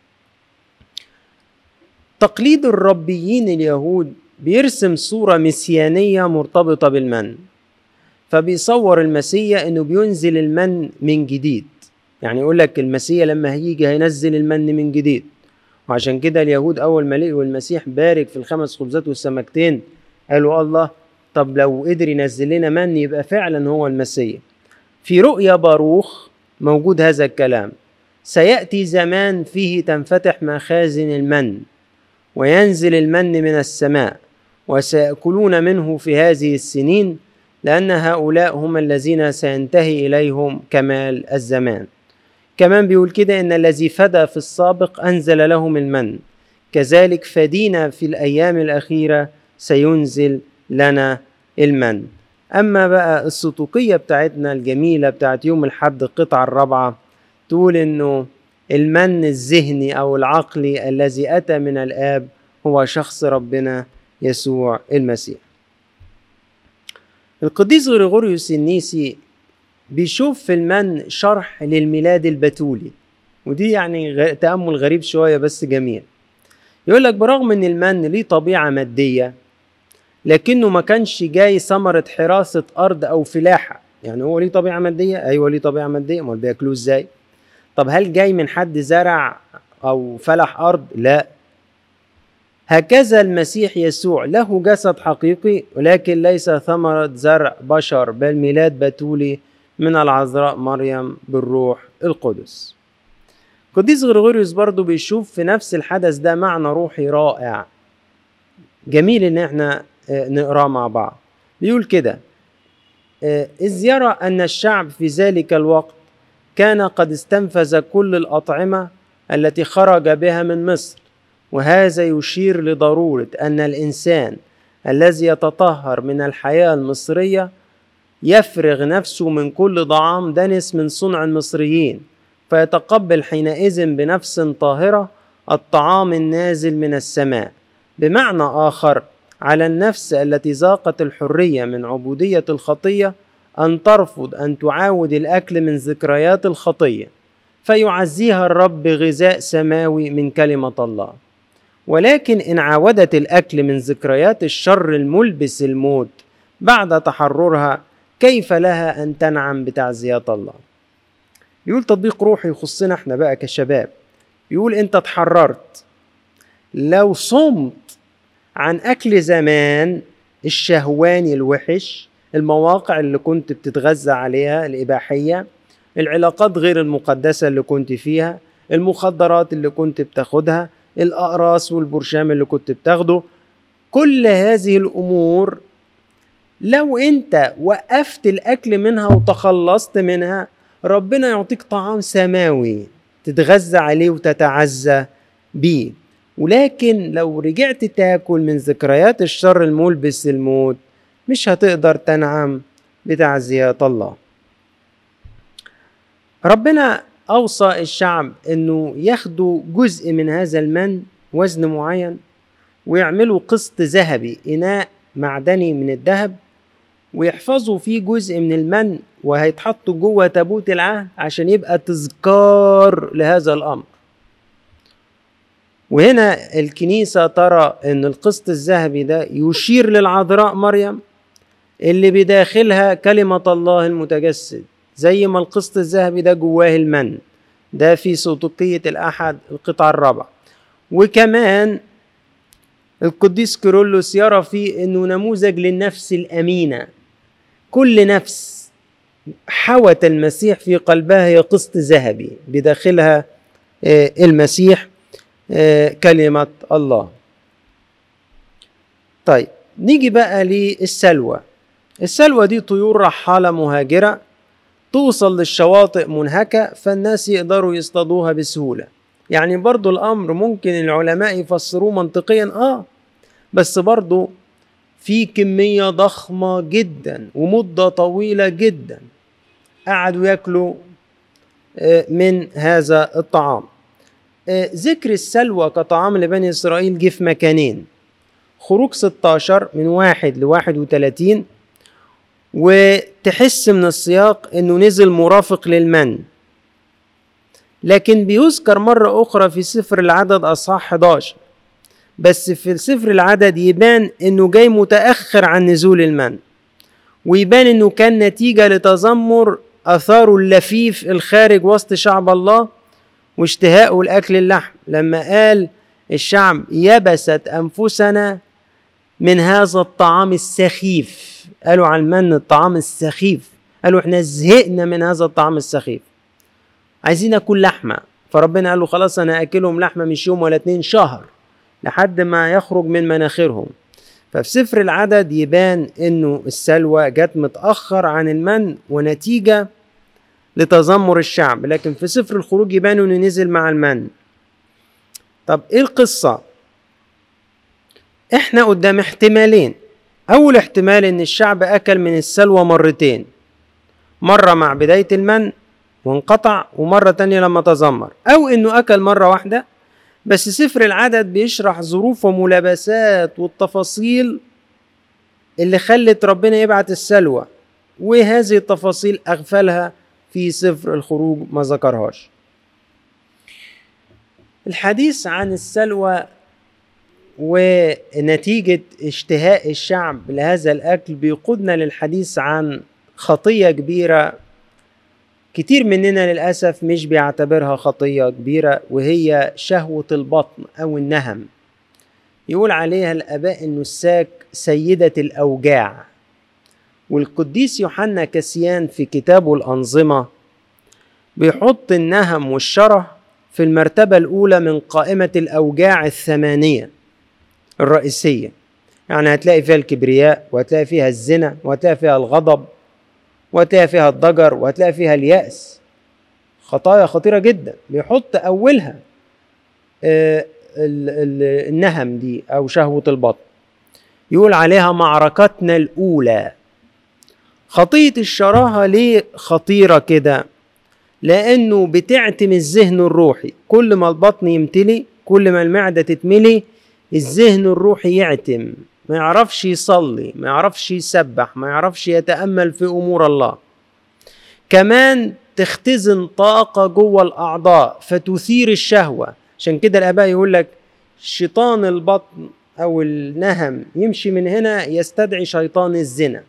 تقليد الربيين اليهود بيرسم صورة مسيانية مرتبطة بالمن، فبيصور المسيح إنه بينزل المن من جديد. يعني يقول لك المسيح لما هيجي هينزل المن من جديد. وعشان كده اليهود أول ما لقوا المسيح بارك في ال5 خبزات والسمكتين قالوا الله، طب لو قدر ينزل لنا من يبقى فعلا هو المسيح. في رؤيا باروخ موجود هذا الكلام: سيأتي زمان فيه تنفتح مخازن المن وينزل المن من السماء وسيأكلون منه في هذه السنين، لأن هؤلاء هم الذين سينتهي إليهم كمال الزمان. كمان بيقول كده إن الذي فدى في السابق أنزل لهم المن، كذلك فدينا في الأيام الأخيرة سينزل لنا المن. أما بقى السطوقية بتاعتنا الجميلة بتاعت يوم الحد القطعة الرابعة تقول إنه المن الذهني أو العقلي الذي أتى من الآب هو شخص ربنا يسوع المسيح. القديس غريغوريوس النيسي بيشوف في المن شرح للميلاد البتولي، ودي يعني تأمل غريب شوية بس جميل. يقول لك برغم ان المن ليه طبيعة مادية، لكنه ما كانش جاي ثمرة حراسة أرض أو فلاحة. يعني هو ليه طبيعة مادية؟ أيوة ليه طبيعة مادية، امال بياكلوه ازاي؟ طب هل جاي من حد زرع أو فلح أرض؟ لا. هكذا المسيح يسوع له جسد حقيقي، ولكن ليس ثمرة زرع بشر، بل ميلاد بتولي من العذراء مريم بالروح القدس. قديس غريغوريوس برضو بيشوف في نفس الحدث ده معنى روحي رائع جميل ان احنا نقراه مع بعض. بيقول كده: إذ يرى أن الشعب في ذلك الوقت كان قد استنفذ كل الأطعمة التي خرج بها من مصر، وهذا يشير لضرورة أن الإنسان الذي يتطهر من الحياة المصرية يفرغ نفسه من كل طعام دنس من صنع المصريين، فيتقبل حينئذ بنفس طاهرة الطعام النازل من السماء. بمعنى آخر، على النفس التي ذاقت الحرية من عبودية الخطية أن ترفض أن تعاود الأكل من ذكريات الخطية، فيعزيها الرب بغذاء سماوي من كلمة الله. ولكن إن عاودت الأكل من ذكريات الشر الملبس الموت بعد تحررها، كيف لها أن تنعم بتعزيات الله؟ يقول تطبيق روحي يخصنا احنا بقى كشباب. يقول انت اتحررت، لو صمت عن أكل زمان الشهواني الوحش، المواقع اللي كنت بتتغذى عليها الإباحية، العلاقات غير المقدسة اللي كنت فيها، المخدرات اللي كنت بتاخدها، الأقراص والبرشام اللي كنت بتاخده، كل هذه الأمور لو انت وقفت الأكل منها وتخلصت منها، ربنا يعطيك طعام سماوي تتغذى عليه وتتعزى بيه. ولكن لو رجعت تاكل من ذكريات الشر الملبس الموت، مش هتقدر تنعم بتعزيات الله. ربنا أوصى الشعب أنه ياخدوا جزء من هذا المن وزن معين، ويعملوا قسط ذهبي، إناء معدني من الذهب، ويحفظوا فيه جزء من المن، وهيتحطوا جوه تابوت العهد عشان يبقى تذكار لهذا الأمر. وهنا الكنيسة ترى أن القسط الذهبي ده يشير للعذراء مريم اللي بداخلها كلمة الله المتجسد، زي ما القسط الذهبي ده جواه المن، ده في سوتوقية الأحد القطعة الرابعة. وكمان القديس كيرلس يرى فيه أنه نموذج للنفس الأمينة. كل نفس حوت المسيح في قلبها هي قسط ذهبي بداخلها المسيح كلمة الله. طيب نيجي بقى للسلوى. السلوى دي طيور رحالة مهاجرة توصل للشواطئ منهكة، فالناس يقدروا يصطادوها بسهولة. يعني برضو الأمر ممكن العلماء يفسروه منطقيا بس برضو في كمية ضخمة جدا ومدة طويلة جدا قعدوا يأكلوا من هذا الطعام. ذكر السلوى كطعام لبني إسرائيل جه في مكانين: خروج 16 من 1 ل31، وتحس من السياق انه نزل مرافق للمن. لكن بيذكر مرة اخرى في سفر العدد اصحاح 11، بس في سفر العدد يبان انه جاي متأخر عن نزول المن، ويبان انه كان نتيجة لتذمر اثاره اللفيف الخارج وسط شعب الله واشتهاءه الاكل اللحم، لما قال الشعب يبست انفسنا من هذا الطعام السخيف. قالوا عن المن الطعام السخيف، قالوا احنا زهقنا من هذا الطعام السخيف، عايزين اكل لحمة. فربنا قال له خلاص انا اكلهم لحمة مش يوم ولا 2 شهر لحد ما يخرج من مناخيرهم. ففي سفر العدد يبان انه السلوى جت متأخر عن المن ونتيجة لتذمر الشعب، لكن في سفر الخروج يبان انه نزل مع المن. طب ايه القصة؟ احنا قدام احتمالين. اول احتمال ان الشعب اكل من السلوى مرتين، مرة مع بداية المن وانقطع، ومرة تانية لما تذمر، او انه اكل مرة واحدة. بس سفر العدد بيشرح ظروف وملابسات والتفاصيل اللي خلت ربنا يبعت السلوى، وهذه التفاصيل اغفلها في سفر الخروج ما ذكرهاش. الحديث عن السلوى ونتيجة اشتهاء الشعب لهذا الأكل بيقودنا للحديث عن خطية كبيرة كتير مننا للأسف مش بيعتبرها خطية كبيرة، وهي شهوة البطن أو النهم. يقول عليها الآباء النساك سيدة الأوجاع. والقديس يوحنا كسيان في كتابه الأنظمة بيحط النهم والشره في المرتبة الأولى من قائمة الأوجاع 8 الرئيسية. يعني هتلاقي فيها الكبرياء، وهتلاقي فيها الزنا، وهتلاقي فيها الغضب، وهتلاقي فيها الضجر، وهتلاقي فيها اليأس، خطايا خطيرة جدا. بيحط أولها النهم دي أو شهوة البطن، يقول عليها معركتنا الأولى. خطية الشراهة ليه خطيرة كده؟ لأنه بتعتم الذهن الروحي. كل ما البطن يمتلي، كل ما المعدة تتملي، الذهن الروحي يعتم، ما يعرفش يصلي، ما يعرفش يسبح، ما يعرفش يتأمل في أمور الله. كمان تختزن طاقة جوه الأعضاء فتثير الشهوة. عشان كده الآباء يقول لك شيطان البطن أو النهم يمشي من هنا يستدعي شيطان الزنا.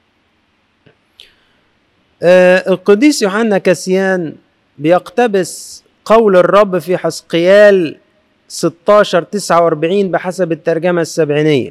القديس يوحنا كاسيان بيقتبس قول الرب في حزقيال 16:49 بحسب الترجمة السبعينية،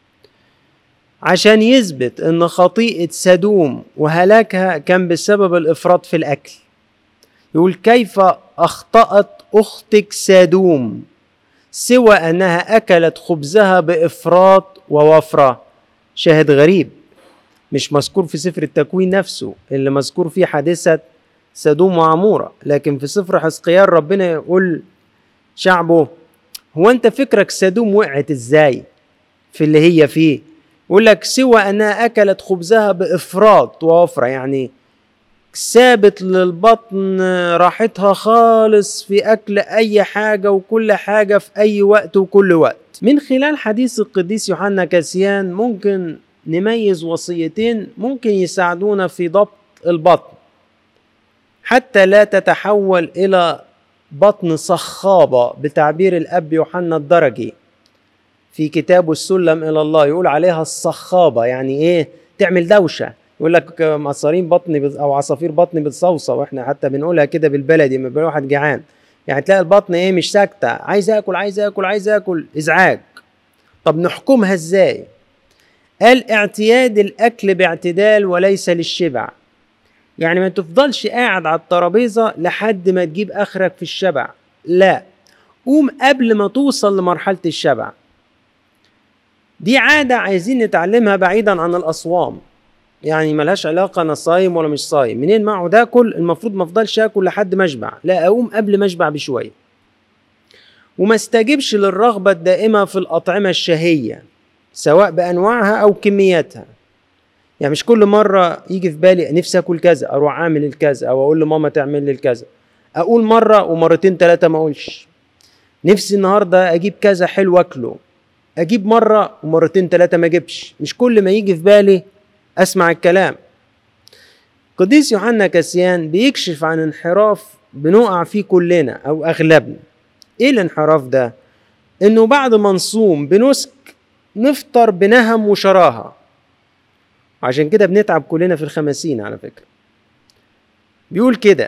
عشان يثبت ان خطيئة سدوم وهلاكها كان بسبب الافراط في الاكل. يقول كيف اخطأت اختك سدوم سوى انها اكلت خبزها بافراط ووفرة. شاهد غريب مش مذكور في سفر التكوين نفسه اللي مذكور فيه حادثة سدوم وعمورة، لكن في سفر حزقيال ربنا يقول شعبه هو انت فكرك سدوم وقعت ازاي في اللي هي فيه؟ يقول لك سوى انها اكلت خبزها بافراط ووفرة، يعني سابت للبطن راحتها خالص في اكل اي حاجة وكل حاجة في اي وقت وكل وقت. من خلال حديث القديس يوحنا كاسيان ممكن نميز وصيتين ممكن يساعدونا في ضبط البطن حتى لا تتحول الى بطن صخابة بتعبير الاب يوحنا الدرجي في كتابه السلم الى الله. يقول عليها الصخابة، يعني ايه؟ تعمل دوشة. يقول لك مصارين بطني او عصافير بطني بتصوصة، واحنا حتى بنقولها كده بالبلدي لما بيبقى واحد جعان، يعني تلاقي البطن ايه؟ مش ساكتة، عايز اكل عايز اكل عايز اكل، ازعاج. طب نحكمها ازاي؟ قال اعتياد الاكل باعتدال وليس للشبع. يعني ما تفضلش قاعد على الترابيزة لحد ما تجيب اخرك في الشبع، لا، قوم قبل ما توصل لمرحلة الشبع. دي عادة عايزين نتعلمها بعيدا عن الأصوام، يعني ملهاش علاقة أنا صايم ولا مش صايم. منين ما أقعد آكل المفروض ما أفضلش آكل لحد ما أشبع، لا، أقوم قبل ما أشبع بشوية. وما استجبش للرغبة الدائمة في الأطعمة الشهية سواء بأنواعها أو كمياتها. يعني مش كل مرة يجي في بالي نفسي أكل كذا أروح أعمل الكذا أو أقول لماما تعمل لي الكذا. أقول مرة ومرتين ثلاثة ما أقولش. نفسي النهاردة أجيب كذا حلو أكله، أجيب مرة ومرتين ثلاثة ما أجيبش. مش كل ما يجي في بالي أسمع الكلام. قديس يوحنا كاسيان بيكشف عن انحراف بنقع فيه كلنا أو أغلبنا. إيه الانحراف ده؟ إنه بعد ما نصوم بنسك نفطر بنهم وشراهة. عشان كده بنتعب كلنا في الخمسين على فكرة. بيقول كده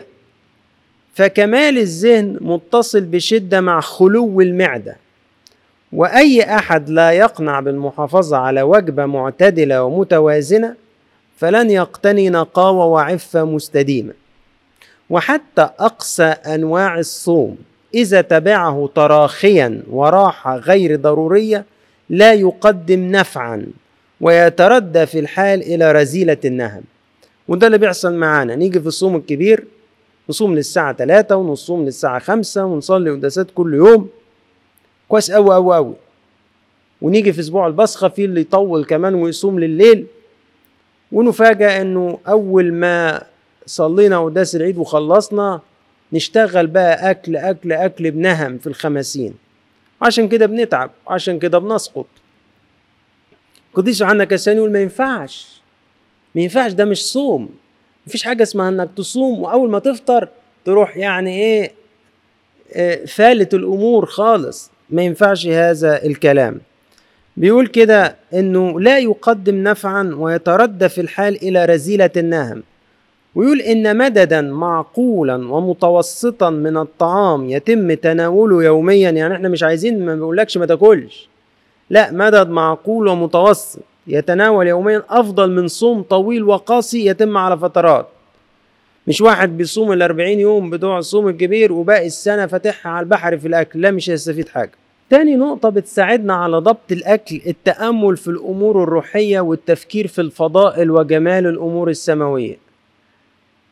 فكمال الذهن متصل بشدة مع خلو المعدة، وأي أحد لا يقنع بالمحافظة على وجبة معتدلة ومتوازنة فلن يقتني نقاوة وعفة مستديمة. وحتى أقصى أنواع الصوم إذا تبعه تراخيا وراحة غير ضرورية لا يقدم نفعا ويتردى في الحال إلى رذيلة النهم. وده اللي بيحصل معانا. نيجي في الصوم الكبير نصوم للساعة 3 ونصوم للساعة 5 ونصلي قداسات كل يوم كويس أوي أوي أوي، ونيجي في أسبوع البصخة فيه اللي يطول كمان ويصوم لليل، ونفاجأ أنه أول ما صلينا قداس العيد وخلصنا نشتغل بقى أكل أكل أكل بنهم في الخمسين. عشان كده بنتعب، عشان كده بنسقط. قديس يوحنا كاسيان يقول ما ينفعش، ده مش صوم. مفيش حاجة اسمها انك تصوم واول ما تفطر تروح يعني ايه فالت الامور خالص. ما ينفعش هذا الكلام. بيقول كده انه لا يقدم نفعا ويتردى في الحال الى رذيلة النهم. ويقول ان مددا معقولا ومتوسطا من الطعام يتم تناوله يوميا. يعني احنا مش عايزين، ما بيقولكش ما تاكلش، لا، مدد معقول ومتوسط يتناول يوميا أفضل من صوم طويل وقاسي يتم على فترات. مش واحد بيصوم 40 يوم بتوع الصوم الكبير وباقي السنة فاتحها على البحر في الأكل، لا، مش هيستفيد حاجة. تاني نقطة بتساعدنا على ضبط الأكل التأمل في الأمور الروحية والتفكير في الفضائل وجمال الأمور السماوية.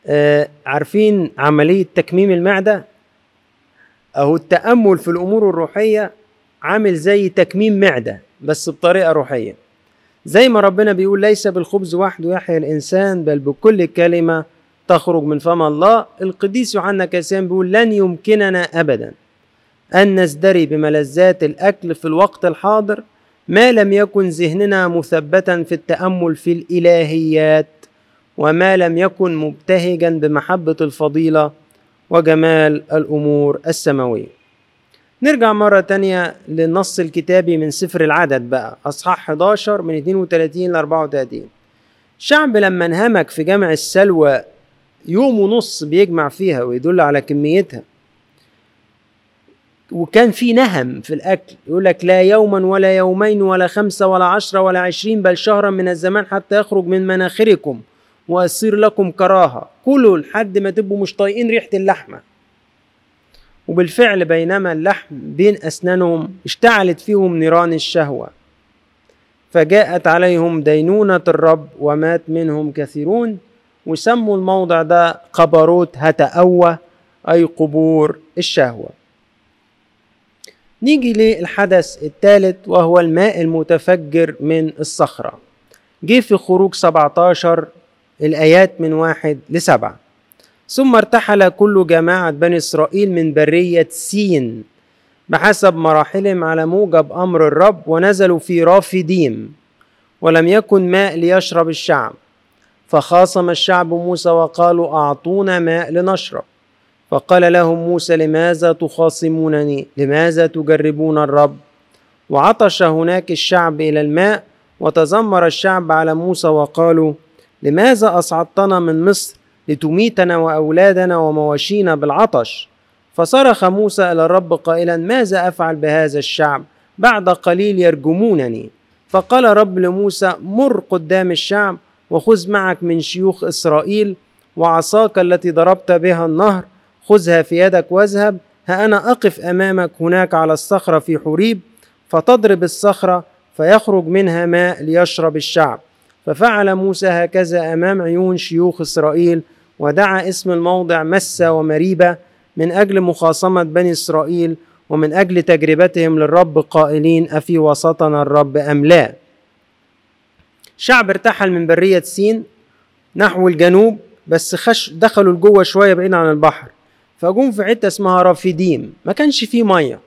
عارفين عملية تكميم المعدة؟ أهو التأمل في الأمور الروحية عامل زي تكميم معدة بس بطريقة روحية. زي ما ربنا بيقول ليس بالخبز وحده يحيى الإنسان بل بكل كلمة تخرج من فم الله، القديس يوحنا كاسيان بيقول لن يمكننا أبدا أن نزدري بملذات الأكل في الوقت الحاضر ما لم يكن ذهننا مثبتا في التأمل في الإلهيات، وما لم يكن مبتهجا بمحبة الفضيلة وجمال الأمور السماوية. نرجع مرة تانية للنص الكتابي من سفر العدد بقى، أصحاح 11 من 32 ل 34. شعب لما انهمك في جمع السلوى يوم ونص بيجمع فيها ويدل على كميتها، وكان في نهم في الأكل، يقول لك لا يوما ولا يومين ولا 5 ولا 10 ولا 20 بل شهرا من الزمان حتى يخرج من مناخركم وأصير لكم كراهة، كلوا لحد ما تبقوا مش طايقين ريحة اللحمة. وبالفعل بينما اللحم بين أسنانهم اشتعلت فيهم نيران الشهوة، فجاءت عليهم دينونة الرب ومات منهم كثيرون. وسموا الموضع ده قبروت هتأوى، أي قبور الشهوة. نيجي للحدث الثالث وهو الماء المتفجر من الصخرة. جه في خروج 17 الآيات من 1 ل7. ثم ارتحل كل جماعة بني إسرائيل من برية سين بحسب مراحلهم على موجب أمر الرب، ونزلوا في رافديم، ولم يكن ماء ليشرب الشعب. فخاصم الشعب موسى وقالوا أعطونا ماء لنشرب. فقال لهم موسى لماذا تخاصمونني؟ لماذا تجربون الرب؟ وعطش هناك الشعب إلى الماء، وتذمر الشعب على موسى وقالوا لماذا أصعدتنا من مصر لتميتنا وأولادنا ومواشينا بالعطش؟ فصرخ موسى إلى الرب قائلا ماذا أفعل بهذا الشعب؟ بعد قليل يرجمونني. فقال رب لموسى مر قدام الشعب وخذ معك من شيوخ إسرائيل وعصاك التي ضربت بها النهر، خذها في يدك واذهب، ها أنا أقف أمامك هناك على الصخرة في حوريب، فتضرب الصخرة فيخرج منها ماء ليشرب الشعب. ففعل موسى هكذا أمام عيون شيوخ إسرائيل، ودعا اسم الموضع مسة ومريبة من أجل مخاصمة بني إسرائيل ومن أجل تجربتهم للرب قائلين أفي وسطنا الرب أم لا. شعب ارتحل من برية سين نحو الجنوب، بس دخلوا لجوه شوية بعيد عن البحر، فجم في حتة اسمها رافديم، ما كانش فيه مية.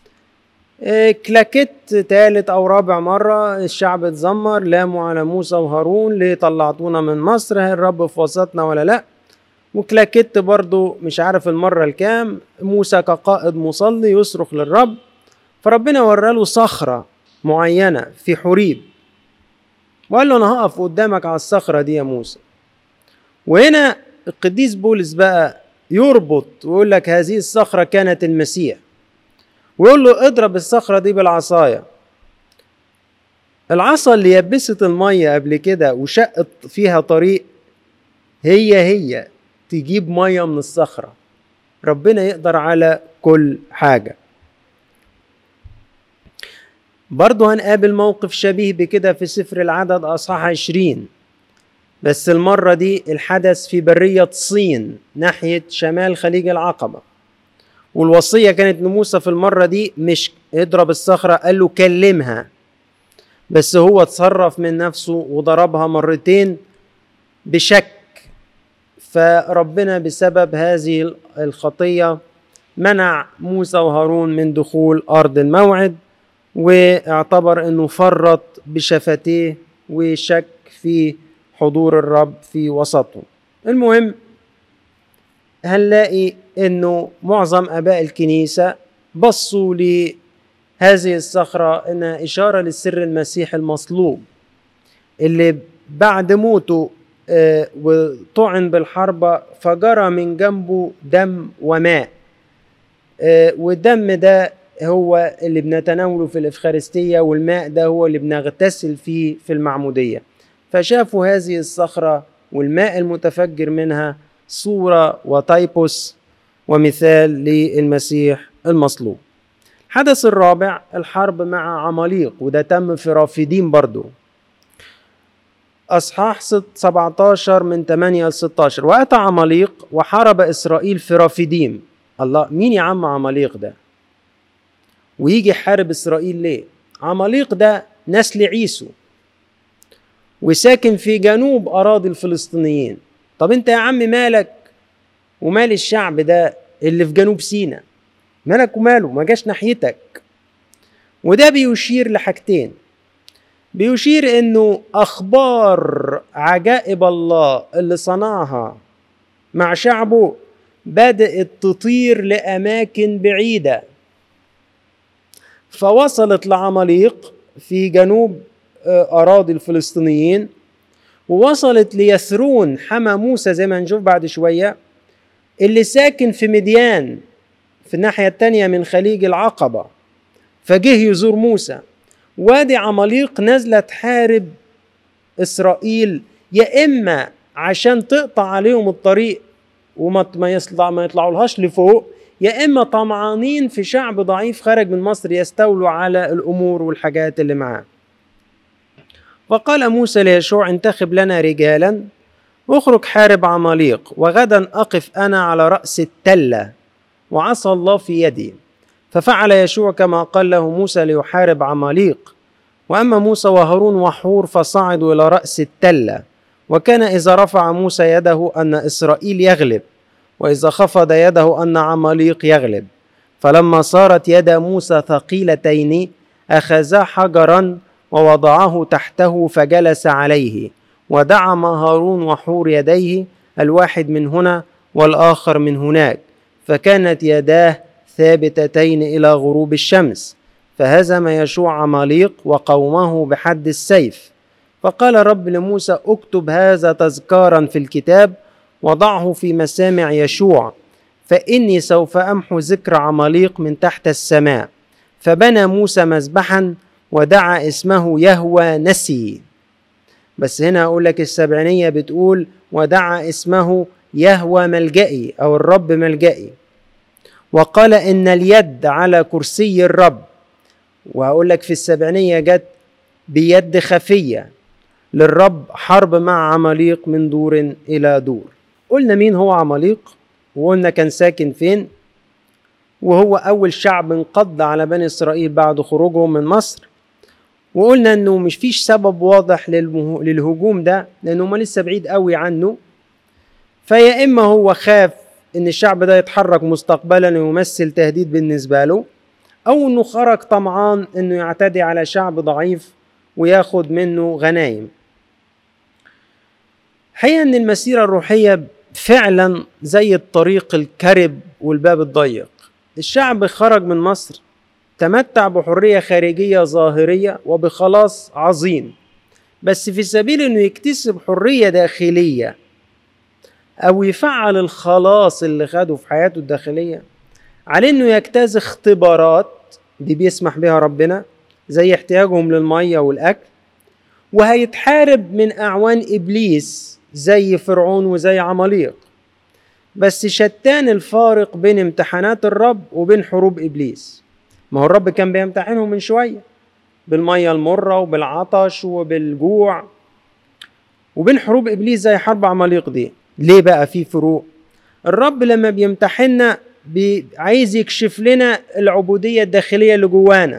كلاكيت ثالث أو رابع مرة الشعب اتذمر، لاموا على موسى وهارون ليه طلعتونا من مصر؟ هل الرب في وسطنا ولا لا؟ وكلاكيت برضو مش عارف المرة الكام، موسى كقائد مصلي يصرخ للرب، فربنا وراله صخرة معينة في حوريب وقال له أنا هقف قدامك على الصخرة دي يا موسى. وهنا القديس بولس بقى يربط ويقول لك هذه الصخرة كانت المسيح، ويقول له اضرب الصخرة دي بالعصاية. العصا اللي يبست المية قبل كده وشقت فيها طريق هي تجيب مية من الصخرة. ربنا يقدر على كل حاجة. برضو هنقابل موقف شبيه بكده في سفر العدد أصحاح 20، بس المرة دي الحدث في برية صين ناحية شمال خليج العقبة. والوصية كانت لموسى في المرة دي مش اضرب الصخرة، قال له كلمها، بس هو اتصرف من نفسه وضربها مرتين بشك. فربنا بسبب هذه الخطية منع موسى وهارون من دخول أرض الموعد، واعتبر أنه فرط بشفتيه وشك في حضور الرب في وسطه. المهم هنلاقي أنه معظم أباء الكنيسة بصوا لهذه الصخرة أنها إشارة للسر المسيح المصلوب اللي بعد موته وطعن بالحربة فجرى من جنبه دم وماء، والدم ده هو اللي بنتناوله في الإفخارستية، والماء ده هو اللي بنغتسل فيه في المعمودية. فشافوا هذه الصخرة والماء المتفجر منها صورة وتايبوس ومثال للمسيح المصلوب. الحدث الرابع الحرب مع عماليق، وده تم في رافديم برضو. أصحاح 17 من 8 ل 16. وأتى عماليق وحارب إسرائيل في رافديم. الله، مين يا عم عماليق ده؟ ويجي حارب إسرائيل ليه؟ عماليق ده نسل عيسو وساكن في جنوب أراضي الفلسطينيين. طب انت يا عم مالك ومال الشعب ده اللي في جنوب سيناء؟ مالك وماله؟ ما جاش ناحيتك. وده بيشير لحاجتين. بيشير انه اخبار عجائب الله اللي صنعها مع شعبه بدأت تطير لأماكن بعيدة، فوصلت لعماليق في جنوب أراضي الفلسطينيين، ووصلت ليثرون حما موسى زي ما هنشوف بعد شوية اللي ساكن في مديان في الناحية التانية من خليج العقبة، فجه يزور موسى. وادي عماليق نازلة تحارب إسرائيل، يا إما عشان تقطع عليهم الطريق وما يطلعوا لهاش لفوق، يا إما طمعانين في شعب ضعيف خارج من مصر يستولوا على الأمور والحاجات اللي معاه. وقال موسى ليشوع: انتخب لنا رجالا اخرج حارب عماليق، وغدا أقف أنا على رأس التلة وعصا الله في يدي. ففعل يشوع كما قال له موسى ليحارب عماليق. وأما موسى وهارون وحور فصعدوا إلى رأس التلة، وكان إذا رفع موسى يده أن إسرائيل يغلب، وإذا خفض يده أن عماليق يغلب. فلما صارت يد موسى ثقيلتين أخذا حجرا ووضعه تحته فجلس عليه، ودعم هارون وحور يديه الواحد من هنا والآخر من هناك، فكانت يداه ثابتتين إلى غروب الشمس. فهزم يشوع عماليق وقومه بحد السيف. فقال الرب لموسى: اكتب هذا تذكارا في الكتاب وضعه في مسامع يشوع، فإني سوف أمحو ذكر عماليق من تحت السماء. فبنى موسى مذبحا ودعا اسمه يهوى نسي. بس هنا أقول لك السبعينية بتقول ودعا اسمه يهوى ملجئي أو الرب ملجئي. وقال إن اليد على كرسي الرب. وهقول لك في السبعينية جت بيد خفية للرب حرب مع عماليق من دور إلى دور. قلنا مين هو عماليق، وقلنا كان ساكن فين، وهو أول شعب انقض على بني إسرائيل بعد خروجهم من مصر. وقلنا أنه مش فيش سبب واضح للهجوم ده، لأنه ما لسه بعيد قوي عنه. فيا إما هو خاف أن الشعب ده يتحرك مستقبلا ويمثل تهديد بالنسبة له، أو أنه خرج طمعان أنه يعتدي على شعب ضعيف وياخد منه غنايم. حقيقة أن المسيرة الروحية فعلا زي الطريق الكرب والباب الضيق. الشعب خرج من مصر تمتع بحرية خارجية ظاهرية وبخلاص عظيم، بس في سبيل أنه يكتسب حرية داخلية أو يفعل الخلاص اللي خده في حياته الداخلية، عليه أنه يجتاز اختبارات دي بيسمح بها ربنا زي احتياجهم للمية والأكل، وهيتحارب من أعوان إبليس زي فرعون وزي عماليق. بس شتان الفارق بين امتحانات الرب وبين حروب إبليس. ما هو الرب كان بيمتحنهم من شوية بالمية المرة وبالعطش وبالجوع، وبين حروب إبليس زي حرب عماليق دي. ليه بقى في فروق؟ الرب لما بيمتحننا عايز يكشف لنا العبودية الداخلية اللي جوانا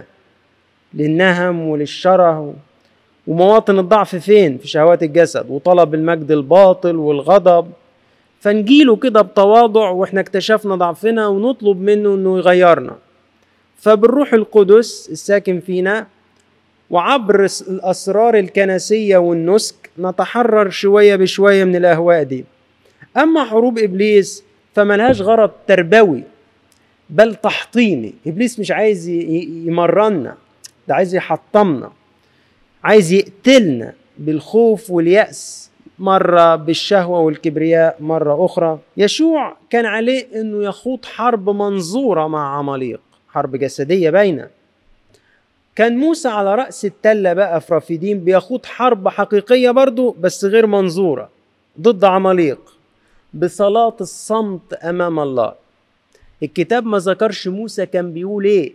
للنهم وللشره ومواطن الضعف فين؟ في شهوات الجسد وطلب المجد الباطل والغضب. فنجيله كده بتواضع واحنا اكتشفنا ضعفنا ونطلب منه انه يغيرنا. فبالروح القدس الساكن فينا وعبر الأسرار الكنسية والنسك نتحرر شوية بشوية من الأهواء دي. أما حروب إبليس فملهاش غرض تربوي بل تحطيمي. إبليس مش عايز يمرنا، ده عايز يحطمنا، عايز يقتلنا بالخوف واليأس، مرة بالشهوة والكبرياء مرة أخرى. يشوع كان عليه أنه يخوض حرب منظورة مع عماليق، حرب جسدية باينة. كان موسى على رأس التلة بقى في رافديم بيخوض حرب حقيقية برضو بس غير منظورة ضد عماليق بصلاة الصمت أمام الله. الكتاب ما ذكرش موسى كان بيقول إيه،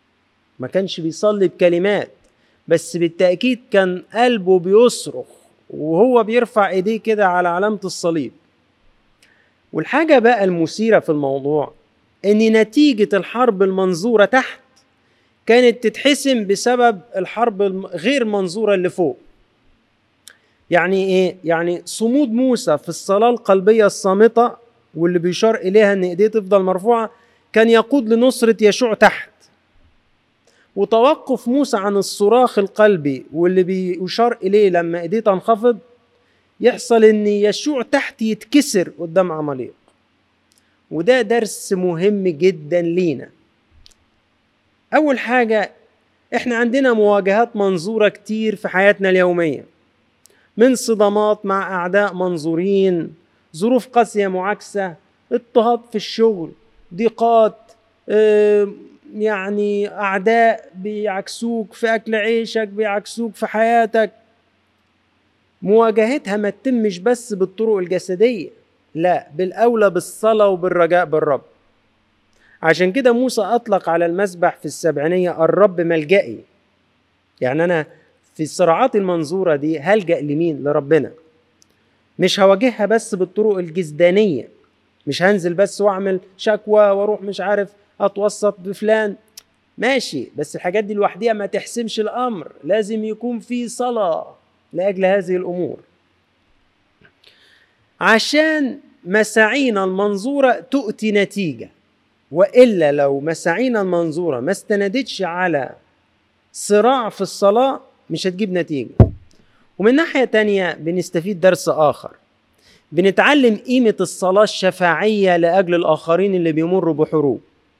ما كانش بيصلي بكلمات، بس بالتأكيد كان قلبه بيصرخ وهو بيرفع ايديه كده على علامة الصليب. والحاجة بقى المثيرة في الموضوع ان نتيجة الحرب المنظورة تحت كانت تتحسم بسبب الحرب غير منظورة اللي فوق. يعني ايه؟ يعني صمود موسى في الصلاة القلبية الصامتة واللي بيشار اليها ان ايديه تفضل مرفوعة كان يقود لنصرة يشوع تحت، وتوقف موسى عن الصراخ القلبي واللي بيشار اليه لما ايديه تنخفض يحصل ان يشوع تحت يتكسر قدام عماليق. وده درس مهم جدا لينا. اول حاجة، احنا عندنا مواجهات منظورة كتير في حياتنا اليومية، من صدامات مع اعداء منظورين، ظروف قاسية معاكسة، اضطهاد في الشغل، ضيقات، يعني اعداء بيعكسوك في اكل عيشك، بيعكسوك في حياتك. مواجهتها ما تتمش بس بالطرق الجسدية، لا، بالاولى بالصلاة وبالرجاء بالرب. عشان كده موسى اطلق على المسبح في السبعينية الرب ملجئي. يعني انا في الصراعات المنظورة دي هلجأ لمين؟ لربنا. مش هواجهها بس بالطرق الجسدانية، مش هنزل بس واعمل شكوى واروح مش عارف اتوسط بفلان، ماشي، بس الحاجات دي لوحديها ما تحسمش الامر، لازم يكون في صلاة لاجل هذه الامور عشان مساعينا المنظورة تؤتي نتيجة. وإلا لو مساعينا المنظورة ما استندتش على صراع في الصلاة مش هتجيب نتيجة. ومن ناحية تانية بنستفيد درس آخر، بنتعلم قيمة الصلاة الشفاعية لأجل الآخرين اللي بيمروا بحروب.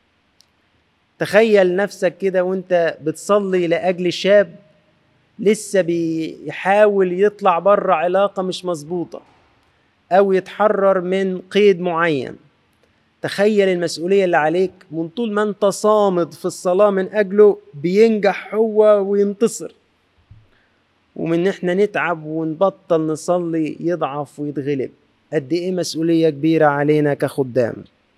تخيل نفسك كده وانت بتصلي لأجل شاب لسه بيحاول يطلع بره علاقة مش مظبوطة أو يتحرر من قيد معين. تخيل المسؤولية اللي عليك، من طول ما انت صامد في الصلاة من أجله بينجح هو وينتصر، ومن احنا نتعب ونبطل نصلي يضعف ويتغلب. قد ايه مسؤولية كبيرة علينا كخدام.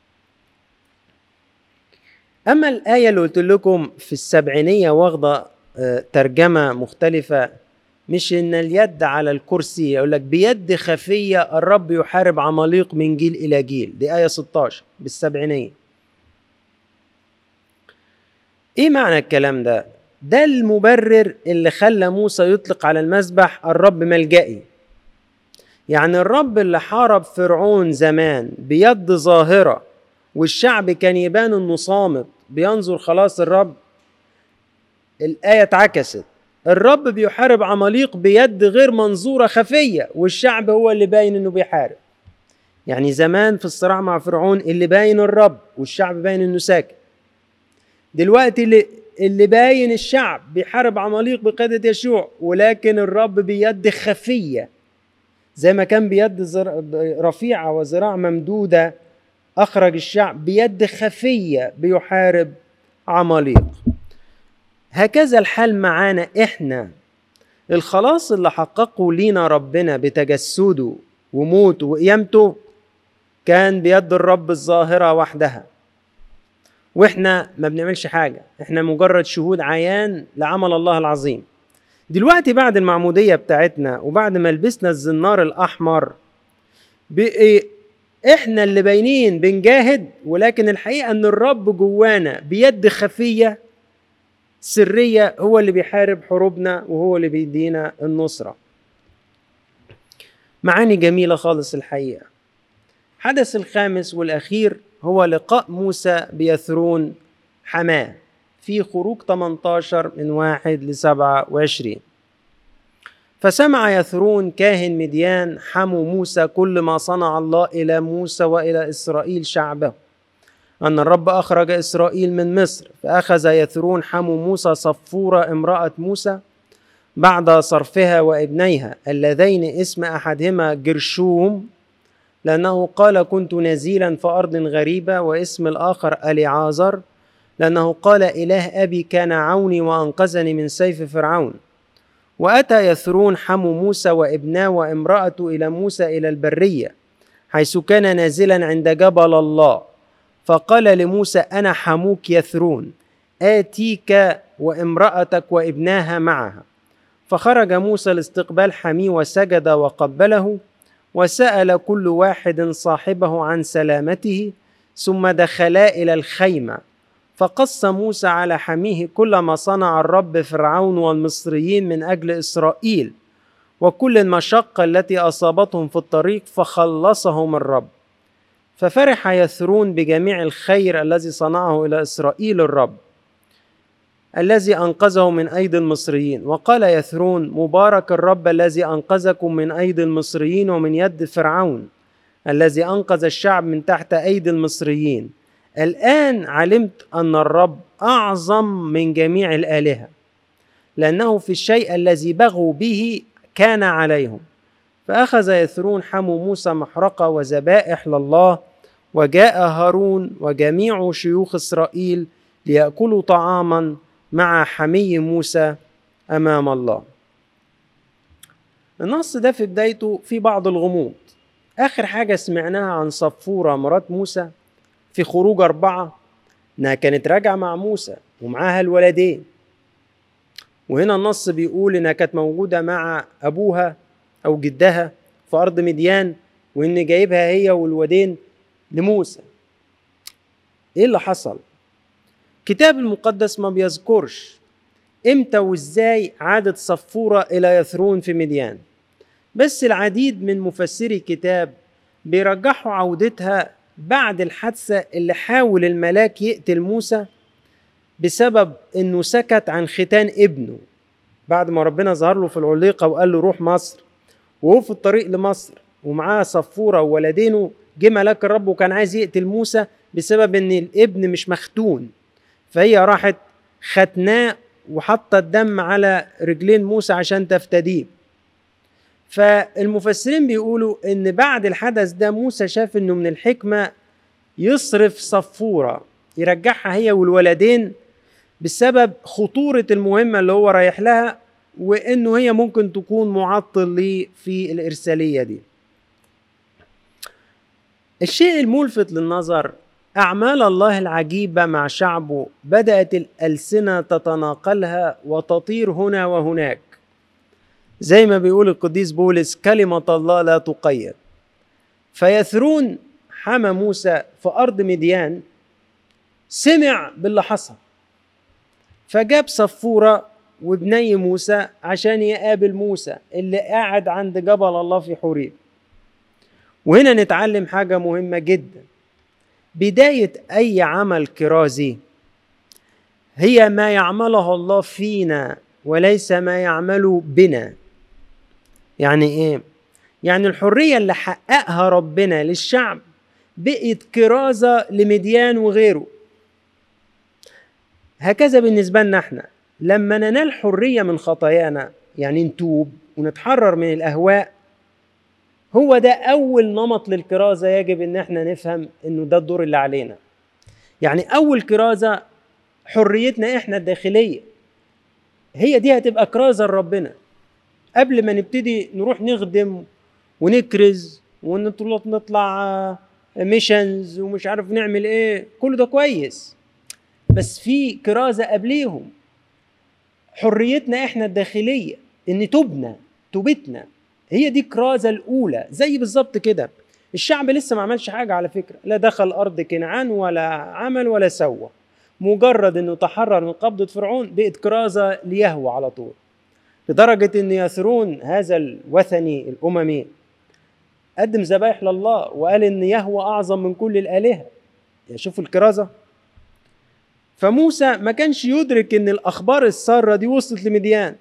اما الآية اللي قلت لكم في السبعينية واخدة ترجمة مختلفة، مش ان اليد على الكرسي، يقول لك بيد خفية الرب يحارب عماليق من جيل الى جيل. دي آية 16 بالسبعينية. ايه معنى الكلام ده؟ ده المبرر اللي خلى موسى يطلق على المسبح الرب ملجئي. يعني الرب اللي حارب فرعون زمان بيد ظاهرة والشعب كان يبان انه صامت بينظر خلاص الرب، الآية اتعكست. الرب بيحارب عماليق بيد غير منظورة خفية والشعب هو اللي باين انه بيحارب. يعني زمان في الصراع مع فرعون اللي باين الرب والشعب باين انه ساكت. دلوقتي اللي باين الشعب بيحارب عماليق بقيادة يشوع، ولكن الرب بيد خفية، زي ما كان بيد رفيعة وذراع ممدودة أخرج الشعب، بيد خفية بيحارب عماليق. هكذا الحال معانا إحنا. الخلاص اللي حققه لينا ربنا بتجسده وموته وقيامته كان بيد الرب الظاهرة وحدها، وإحنا ما بنعملش حاجة، إحنا مجرد شهود عيان لعمل الله العظيم. دلوقتي بعد المعمودية بتاعتنا وبعد ما لبسنا الزنار الأحمر إحنا اللي باينين بنجاهد، ولكن الحقيقة أن الرب جوانا بيد خفية سرية هو اللي بيحارب حروبنا وهو اللي بيدينا النصرة. معاني جميلة خالص الحقيقة. حدث الخامس والأخير هو لقاء موسى بيثرون حماه في خروج 18 من 1-27. فسمع يثرون كاهن مديان حمو موسى كل ما صنع الله إلى موسى وإلى إسرائيل شعبه، أن الرب أخرج إسرائيل من مصر. فأخذ يثرون حمو موسى صفورة امرأة موسى بعد صرفها وابنيها اللذين اسم أحدهما جرشوم لأنه قال كنت نزيلا في أرض غريبة، واسم الآخر أليعازر لأنه قال إله أبي كان عوني وأنقذني من سيف فرعون. وأتى يثرون حمو موسى وابناه وامرأته إلى موسى إلى البرية حيث كان نازلا عند جبل الله، فقال لموسى أنا حموك يثرون آتيك وامرأتك وابناها معها. فخرج موسى لاستقبال حميه وسجد وقبله، وسأل كل واحد صاحبه عن سلامته، ثم دخلا إلى الخيمة. فقص موسى على حميه كل ما صنع الرب فرعون والمصريين من أجل إسرائيل، وكل المشقة التي أصابتهم في الطريق، فخلصهم الرب. ففرح يثرون بجميع الخير الذي صنعه إلى إسرائيل الرب الذي أنقذه من أيدي المصريين. وقال يثرون: مبارك الرب الذي أنقذكم من أيدي المصريين ومن يد فرعون الذي أنقذ الشعب من تحت أيدي المصريين. الآن علمت أن الرب أعظم من جميع الآلهة، لأنه في الشيء الذي بغوا به كان عليهم. فأخذ يثرون حمو موسى محرقة وذبائح لله، وجاء هارون وجميع شيوخ إسرائيل ليأكلوا طعاما مع حمي موسى أمام الله. النص ده في بدايته في بعض الغموض. آخر حاجة سمعناها عن صفورة مرات موسى في خروج 4، إنها كانت راجعة مع موسى ومعاها الولدين، وهنا النص بيقول إنها كانت موجودة مع أبوها أو جدها في أرض مديان، وإن جايبها هي والولدين لموسى. إيه اللي حصل؟ كتاب المقدس ما بيذكرش إمتى وإزاي عادت صفورة إلى يثرون في مديان، بس العديد من مفسري الكتاب بيرجحوا عودتها بعد الحادثة اللي حاول الملاك يقتل موسى بسبب إنه سكت عن ختان ابنه، بعد ما ربنا ظهر له في العليقة وقال له روح مصر، وهو في الطريق لمصر ومعاه صفورة وولدينه، جه ملاك الرب وكان عايز يقتل موسى بسبب إن الابن مش مختون، فهي راحت ختناه وحط الدم على رجلين موسى عشان تفتديه. فالمفسرين بيقولوا إن بعد الحدث ده موسى شاف إنه من الحكمة يصرف صفورة يرجعها هي والولدين بسبب خطورة المهمة اللي هو رايح لها، وإنه هي ممكن تكون معطل ليه في الإرسالية دي. الشيء الملفت للنظر أعمال الله العجيبة مع شعبه، بدأت الألسنة تتناقلها وتطير هنا وهناك، زي ما بيقول القديس بولس: كلمة الله لا تقيد. فيثرون حمى موسى في أرض مديان سمع باللي حصل، فجاب صفورة وابني موسى عشان يقابل موسى اللي قاعد عند جبل الله في حوريب. وهنا نتعلم حاجة مهمة جدا: بداية أي عمل كرازي هي ما يعمله الله فينا وليس ما يعمله بنا. يعني إيه؟ يعني الحرية اللي حققها ربنا للشعب بقت كرازة لمديان وغيره. هكذا بالنسبة لنا احنا، لما ننال حرية من خطايانا، يعني نتوب ونتحرر من الأهواء، هو ده أول نمط للكرازة يجب إن احنا نفهم إنه ده الدور اللي علينا. يعني أول كرازة حريتنا احنا الداخلية، هي دي هتبقى كرازة لربنا. قبل ما نبتدي نروح نخدم ونكرز ونطلع ميشنز ومش عارف نعمل ايه، كل ده كويس، بس في كرازة قبليهم. حريتنا احنا الداخلية، ان توبتنا هي دي كرازة الأولى. زي بالظبط كده الشعب لسه ما عملش حاجة على فكرة، لا دخل أرض كنعان ولا عمل ولا سوى، مجرد انه تحرر من قبضة فرعون بقت كرازة ليهوى على طول، لدرجة ان يثرون هذا الوثني الأممي قدم ذبائح لله وقال ان يهوى أعظم من كل الآلهة. شوفوا الكرازة. فموسى ما كانش يدرك ان الأخبار السارة دي وصلت لمديان،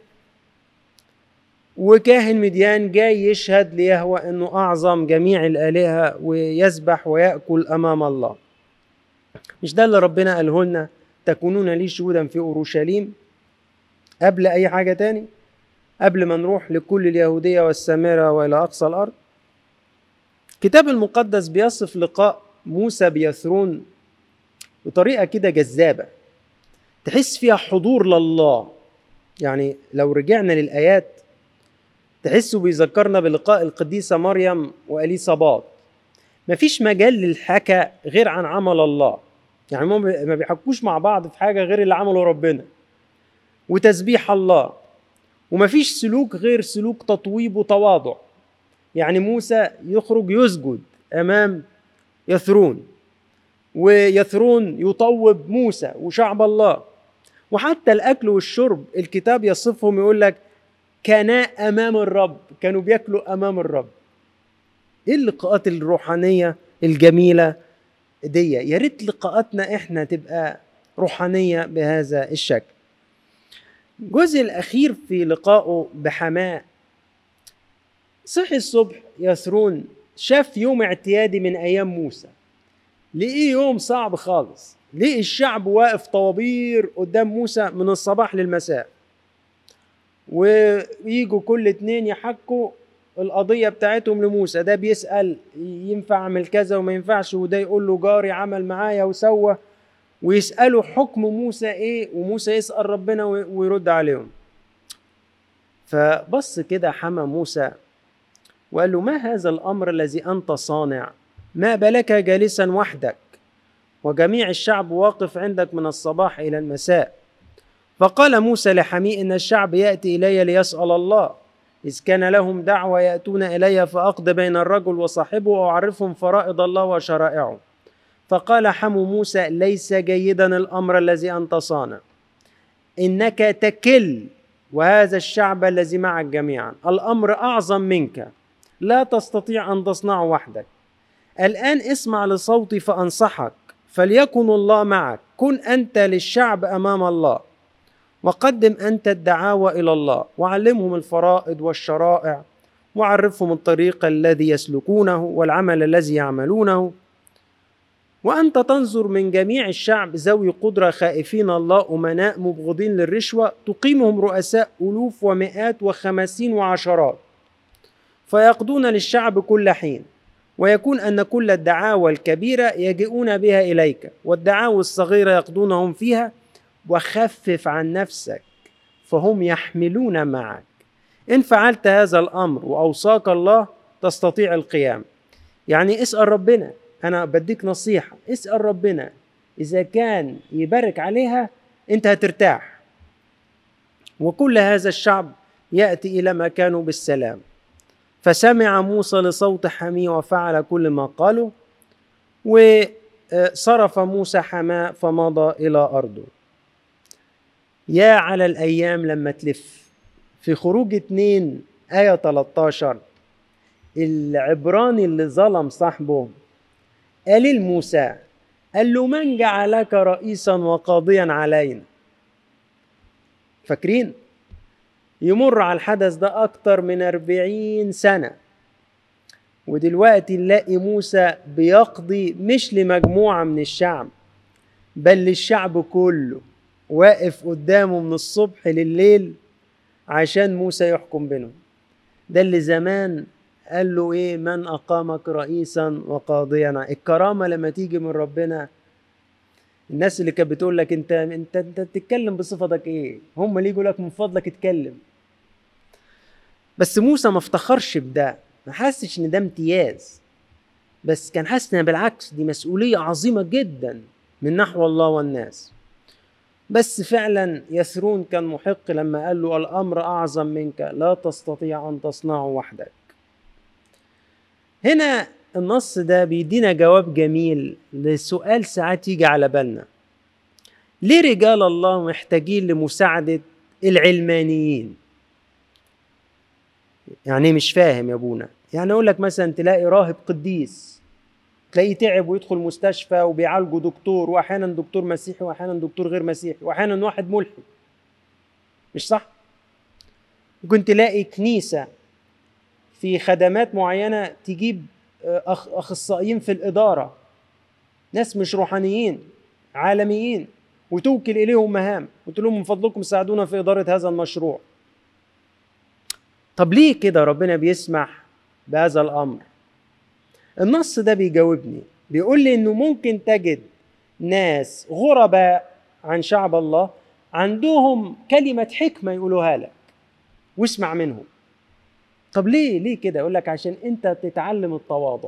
وكاهن مديان جاي يشهد ليهوى انه أعظم جميع الآلهة ويسبح ويأكل أمام الله. مش ده اللي ربنا قاله لنا: تكونون لي شهودا في أورشليم؟ قبل أي حاجة تاني، قبل ما نروح لكل اليهودية والسامرة وإلى أقصى الأرض. الكتاب المقدس بيصف لقاء موسى بيثرون بطريقة كده جذابة، تحس فيها حضور لله. يعني لو رجعنا للآيات تحسوا بيذكرنا بلقاء القديسة مريم وإليصابات. مفيش مجال للحكى غير عن عمل الله، يعني ما بيحكوش مع بعض في حاجة غير اللي عمله ربنا وتسبيح الله ومفيش سلوك غير سلوك تطويب وتواضع. يعني موسى يخرج يسجد أمام يثرون، ويثرون يطوب موسى وشعب الله. وحتى الأكل والشرب الكتاب يصفهم يقول لك كناء أمام الرب، كانوا بيأكلوا أمام الرب. إيه اللقاءات الروحانية الجميلة دي؟ يا ريت لقاءاتنا إحنا تبقى روحانية بهذا الشكل. الجزء الأخير في لقائه بحماء، صحي الصبح يثرون شاف يوم اعتيادي من أيام موسى، لقيه يوم صعب خالص. لقي الشعب واقف طوابير قدام موسى من الصباح للمساء، ويجوا كل اتنين يحكوا القضية بتاعتهم لموسى. ده بيسأل ينفع اعمل كذا وما ينفعش، وده يقول له جاري عمل معايا وسوى، ويسألوا حكم موسى ايه، وموسى يسأل ربنا ويرد عليهم. فبص كده حمى موسى وقال له ما هذا الأمر الذي أنت صانع؟ ما بالك جالسا وحدك وجميع الشعب واقف عندك من الصباح إلى المساء؟ فقال موسى لحمي إن الشعب يأتي إلي ليسأل الله، إذ كان لهم دعوة يأتون إلي فأقضي بين الرجل وصاحبه وأعرفهم فرائض الله وشرائعه. فقال حمو موسى ليس جيدا الأمر الذي أنت صانع، إنك تكل وهذا الشعب الذي معك جميعا، الأمر أعظم منك، لا تستطيع أن تصنعه وحدك. الآن اسمع لصوتي فأنصحك، فليكن الله معك، كن أنت للشعب أمام الله، وقدم أنت الدعاوى إلى الله، وعلمهم الفرائض والشرائع، وعرفهم الطريق الذي يسلكونه والعمل الذي يعملونه. وأنت تنظر من جميع الشعب ذوي قدرة خائفين الله أمناء مبغضين للرشوة، تقيمهم رؤساء ألوف ومئات وخمسين وعشرات، فيقضون للشعب كل حين. ويكون أن كل الدعاوى الكبيرة يجيئون بها إليك، والدعاوى الصغيرة يقضونهم فيها. وخفف عن نفسك فهم يحملون معك. إن فعلت هذا الأمر وأوصاك الله تستطيع القيام. يعني اسأل ربنا، أنا بديك نصيحة، اسأل ربنا إذا كان يبارك عليها أنت هترتاح. وكل هذا الشعب يأتي إلى مكانه بالسلام. فسمع موسى لصوت حمي وفعل كل ما قاله، وصرف موسى حماء فمضى إلى أرضه. يا على الأيام لما تلف. في خروج 2 آية 13 العبراني اللي ظلم صاحبه قال لموسى، قال له من جعلك رئيسا وقاضيا علينا؟ فاكرين؟ يمر على الحدث ده أكتر من 40 سنة، ودلوقتي نلاقي موسى بيقضي مش لمجموعة من الشعب بل للشعب كله، واقف قدامه من الصبح لليل عشان موسى يحكم بينهم. ده اللي زمان قال له ايه، من اقامك رئيسا وقاضيا. الكرامة لما تيجي من ربنا، الناس اللي كانت بتقول لك انت بتتكلم بصفتك ايه، هم اللي يقول لك من فضلك اتكلم. بس موسى ما افتخرش بده، ما حسش ان ده امتياز، بس كان حاسس ان بالعكس دي مسؤولية عظيمة جدا من نحو الله والناس. بس فعلا يثرون كان محق لما قال له الأمر أعظم منك، لا تستطيع أن تصنعه وحدك. هنا النص ده بيدينا جواب جميل لسؤال ساعات يجي على بالنا، ليه رجال الله محتاجين لمساعدة العلمانيين؟ يعني مش فاهم يا ابونا. يعني أقول لك مثلا تلاقي راهب قديس تلاقيه تعب ويدخل مستشفى وبيعالجه دكتور، واحيانا دكتور مسيحي واحيانا دكتور غير مسيحي واحيانا واحد ملحد، مش صح؟ ممكن تلاقي كنيسة في خدمات معينة تجيب أخصائيين في الإدارة، ناس مش روحانيين عالميين، وتوكل إليهم مهام وتقول لهم من فضلكم ساعدونا في إدارة هذا المشروع. طب ليه كده ربنا بيسمح بهذا الأمر؟ النص ده بيجاوبني، بيقول لي إنه ممكن تجد ناس غرباء عن شعب الله عندهم كلمة حكمة يقولوها لك واسمع منهم. طب ليه كده؟ يقول لك عشان أنت تتعلم التواضع.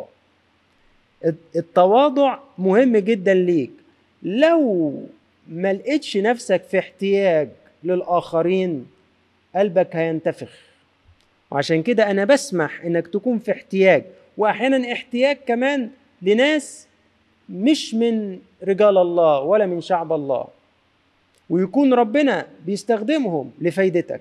التواضع مهم جدا ليك. لو ما لقيتش نفسك في احتياج للآخرين قلبك هينتفخ. وعشان كده أنا بسمح إنك تكون في احتياج، وأحيانا احتياج كمان لناس مش من رجال الله ولا من شعب الله، ويكون ربنا بيستخدمهم لفايدتك.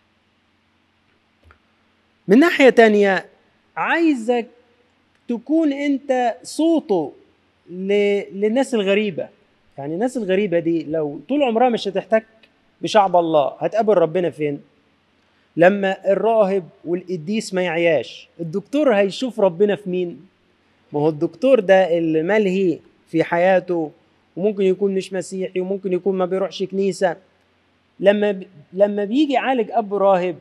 من ناحية تانية عايزك تكون أنت صوته للناس الغريبة. يعني الناس الغريبة دي لو طول عمرها مش هتحتك بشعب الله، هتقابل ربنا فين؟ لما الراهب والقديس ما يعياش، الدكتور هيشوف ربنا في مين؟ ما هو الدكتور ده اللي ملهي في حياته، وممكن يكون مش مسيحي، وممكن يكون ما بيروحش كنيسة. لما بيجي يعالج أب راهب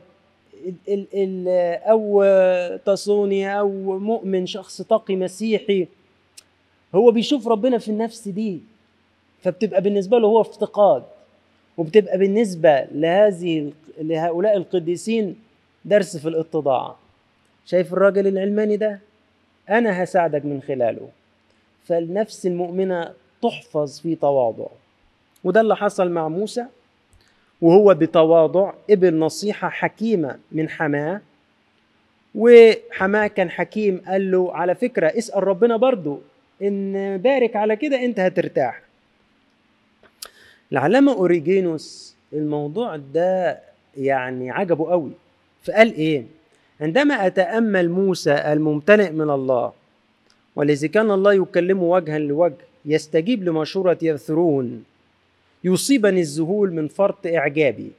أو تصوني أو مؤمن، شخص تقي مسيحي، هو بيشوف ربنا في النفس دي، فبتبقى بالنسبة له هو افتقاد، وبتبقى بالنسبة لهؤلاء القديسين درس في الاتضاع. شايف الراجل العلماني ده؟ أنا هساعدك من خلاله. فالنفس المؤمنة تحفظ في تواضع، وده اللي حصل مع موسى، وهو بتواضع قبل نصيحة حكيمة من حماه. وحماه كان حكيم، قال له على فكرة اسأل ربنا برضو إن بارك على كده أنت هترتاح. العلامة أوريجينوس الموضوع ده يعني عجبه قوي، فقال إيه؟ عندما أتأمل موسى الممتلئ من الله، والذي كان الله يكلمه وجها لوجه، يستجيب لمشورة يثرون، يصيبني الذهول من فرط إعجابي.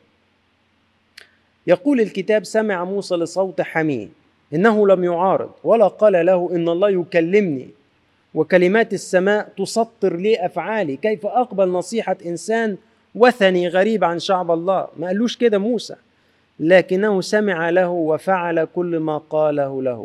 يقول الكتاب: سمع موسى لصوت حميه، إنه لم يعارض ولا قال له إن الله يكلمني، وكلمات السماء تسطر لي أفعالي. كيف أقبل نصيحة إنسان وثني غريب عن شعب الله؟ ما قالوش كده موسى، لكنه سمع له وفعل كل ما قاله له.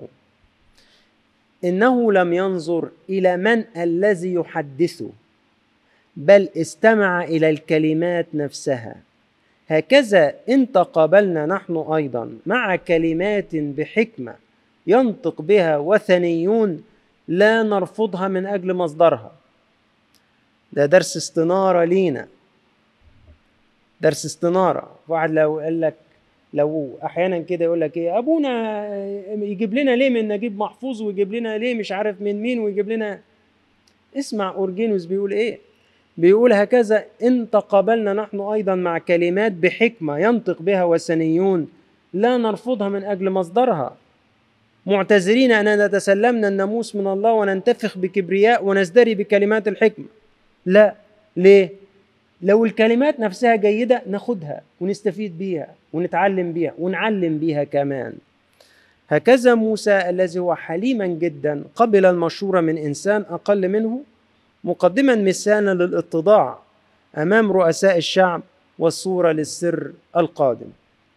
إنه لم ينظر إلى من الذي يحدثه، بل استمع إلى الكلمات نفسها. هكذا إن تقابلنا نحن أيضا مع كلمات بحكمة ينطق بها وثنيون، لا نرفضها من أجل مصدرها. ده درس استنارة لينا، درس استنارة. واحد لو قال لك، لو أحيانا كده يقول لك إيه، أبونا يجيب لنا ليه من نجيب محفوظ، ويجيب لنا ليه مش عارف من مين، ويجيب لنا. اسمع أورجينوس بيقول إيه، بيقول: هكذا إن تقابلنا نحن أيضا مع كلمات بحكمة ينطق بها وثنيون، لا نرفضها من أجل مصدرها، معتذرين أننا تسلمنا الناموس من الله وننتفخ بكبرياء ونزدري بكلمات الحكمة. لا، ليه؟ لو الكلمات نفسها جيدة ناخدها ونستفيد بيها ونتعلم بيها ونعلم بيها كمان. هكذا موسى الذي هو حليما جدا قبل المشورة من إنسان أقل منه، مقدما مثالا للاتضاع أمام رؤساء الشعب والصورة للسر القادم.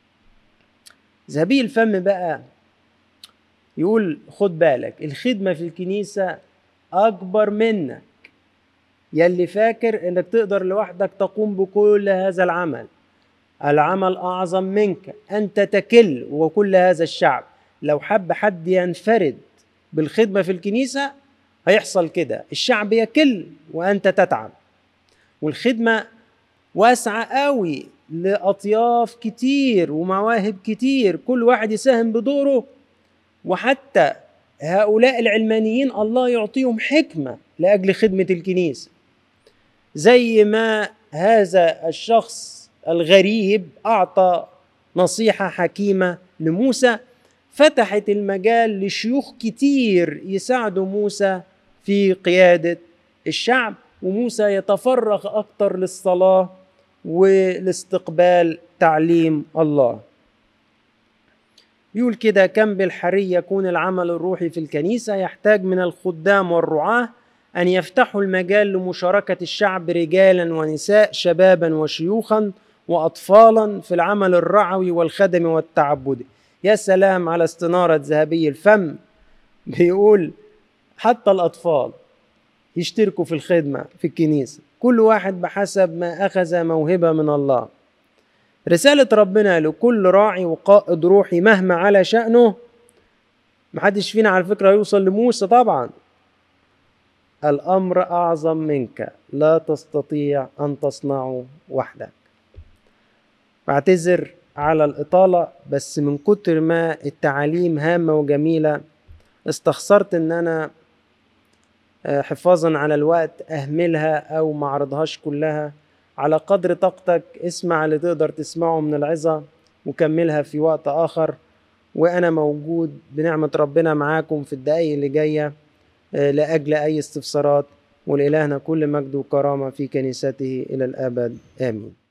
ذهبي الفم بقى يقول: خد بالك، الخدمة في الكنيسة أكبر منك، يلي فاكر إنك تقدر لوحدك تقوم بكل هذا العمل. العمل أعظم منك، أنت تكل وكل هذا الشعب. لو حب حد ينفرد بالخدمة في الكنيسة هيحصل كده، الشعب يكل وأنت تتعب. والخدمة واسعة قوي لأطياف كتير ومواهب كتير، كل واحد يساهم بدوره. وحتى هؤلاء العلمانيين الله يعطيهم حكمة لأجل خدمة الكنيسة، زي ما هذا الشخص الغريب أعطى نصيحة حكيمة لموسى، فتحت المجال لشيوخ كتير يساعدوا موسى في قيادة الشعب، وموسى يتفرغ أكتر للصلاة ولاستقبال تعليم الله. يقول كده: كم بالحري يكون العمل الروحي في الكنيسة، يحتاج من الخدام والرعاة أن يفتحوا المجال لمشاركة الشعب، رجالا ونساء، شبابا وشيوخا وأطفالا، في العمل الرعوي والخدمي والتعبدي. يا سلام على استنارة ذهبي الفم، بيقول حتى الأطفال يشتركوا في الخدمة في الكنيسة، كل واحد بحسب ما أخذ موهبة من الله. رسالة ربنا لكل راعي وقائد روحي مهما على شأنه. محدش فينا على فكرة يوصل لموسى طبعا. الأمر أعظم منك، لا تستطيع أن تصنعه وحدك. بعتذر على الإطالة، بس من كتر ما التعاليم هامة وجميلة استخسرت إن أنا حفاظا على الوقت أهملها أو معرضهاش كلها. على قدر طاقتك اسمع اللي تقدر تسمعه من العظة وكملها في وقت آخر، وأنا موجود بنعمة ربنا معاكم في الدقايق اللي جاية لأجل أي استفسارات. ولإلهنا كل مجد وكرامة في كنيسته إلى الأبد آمين.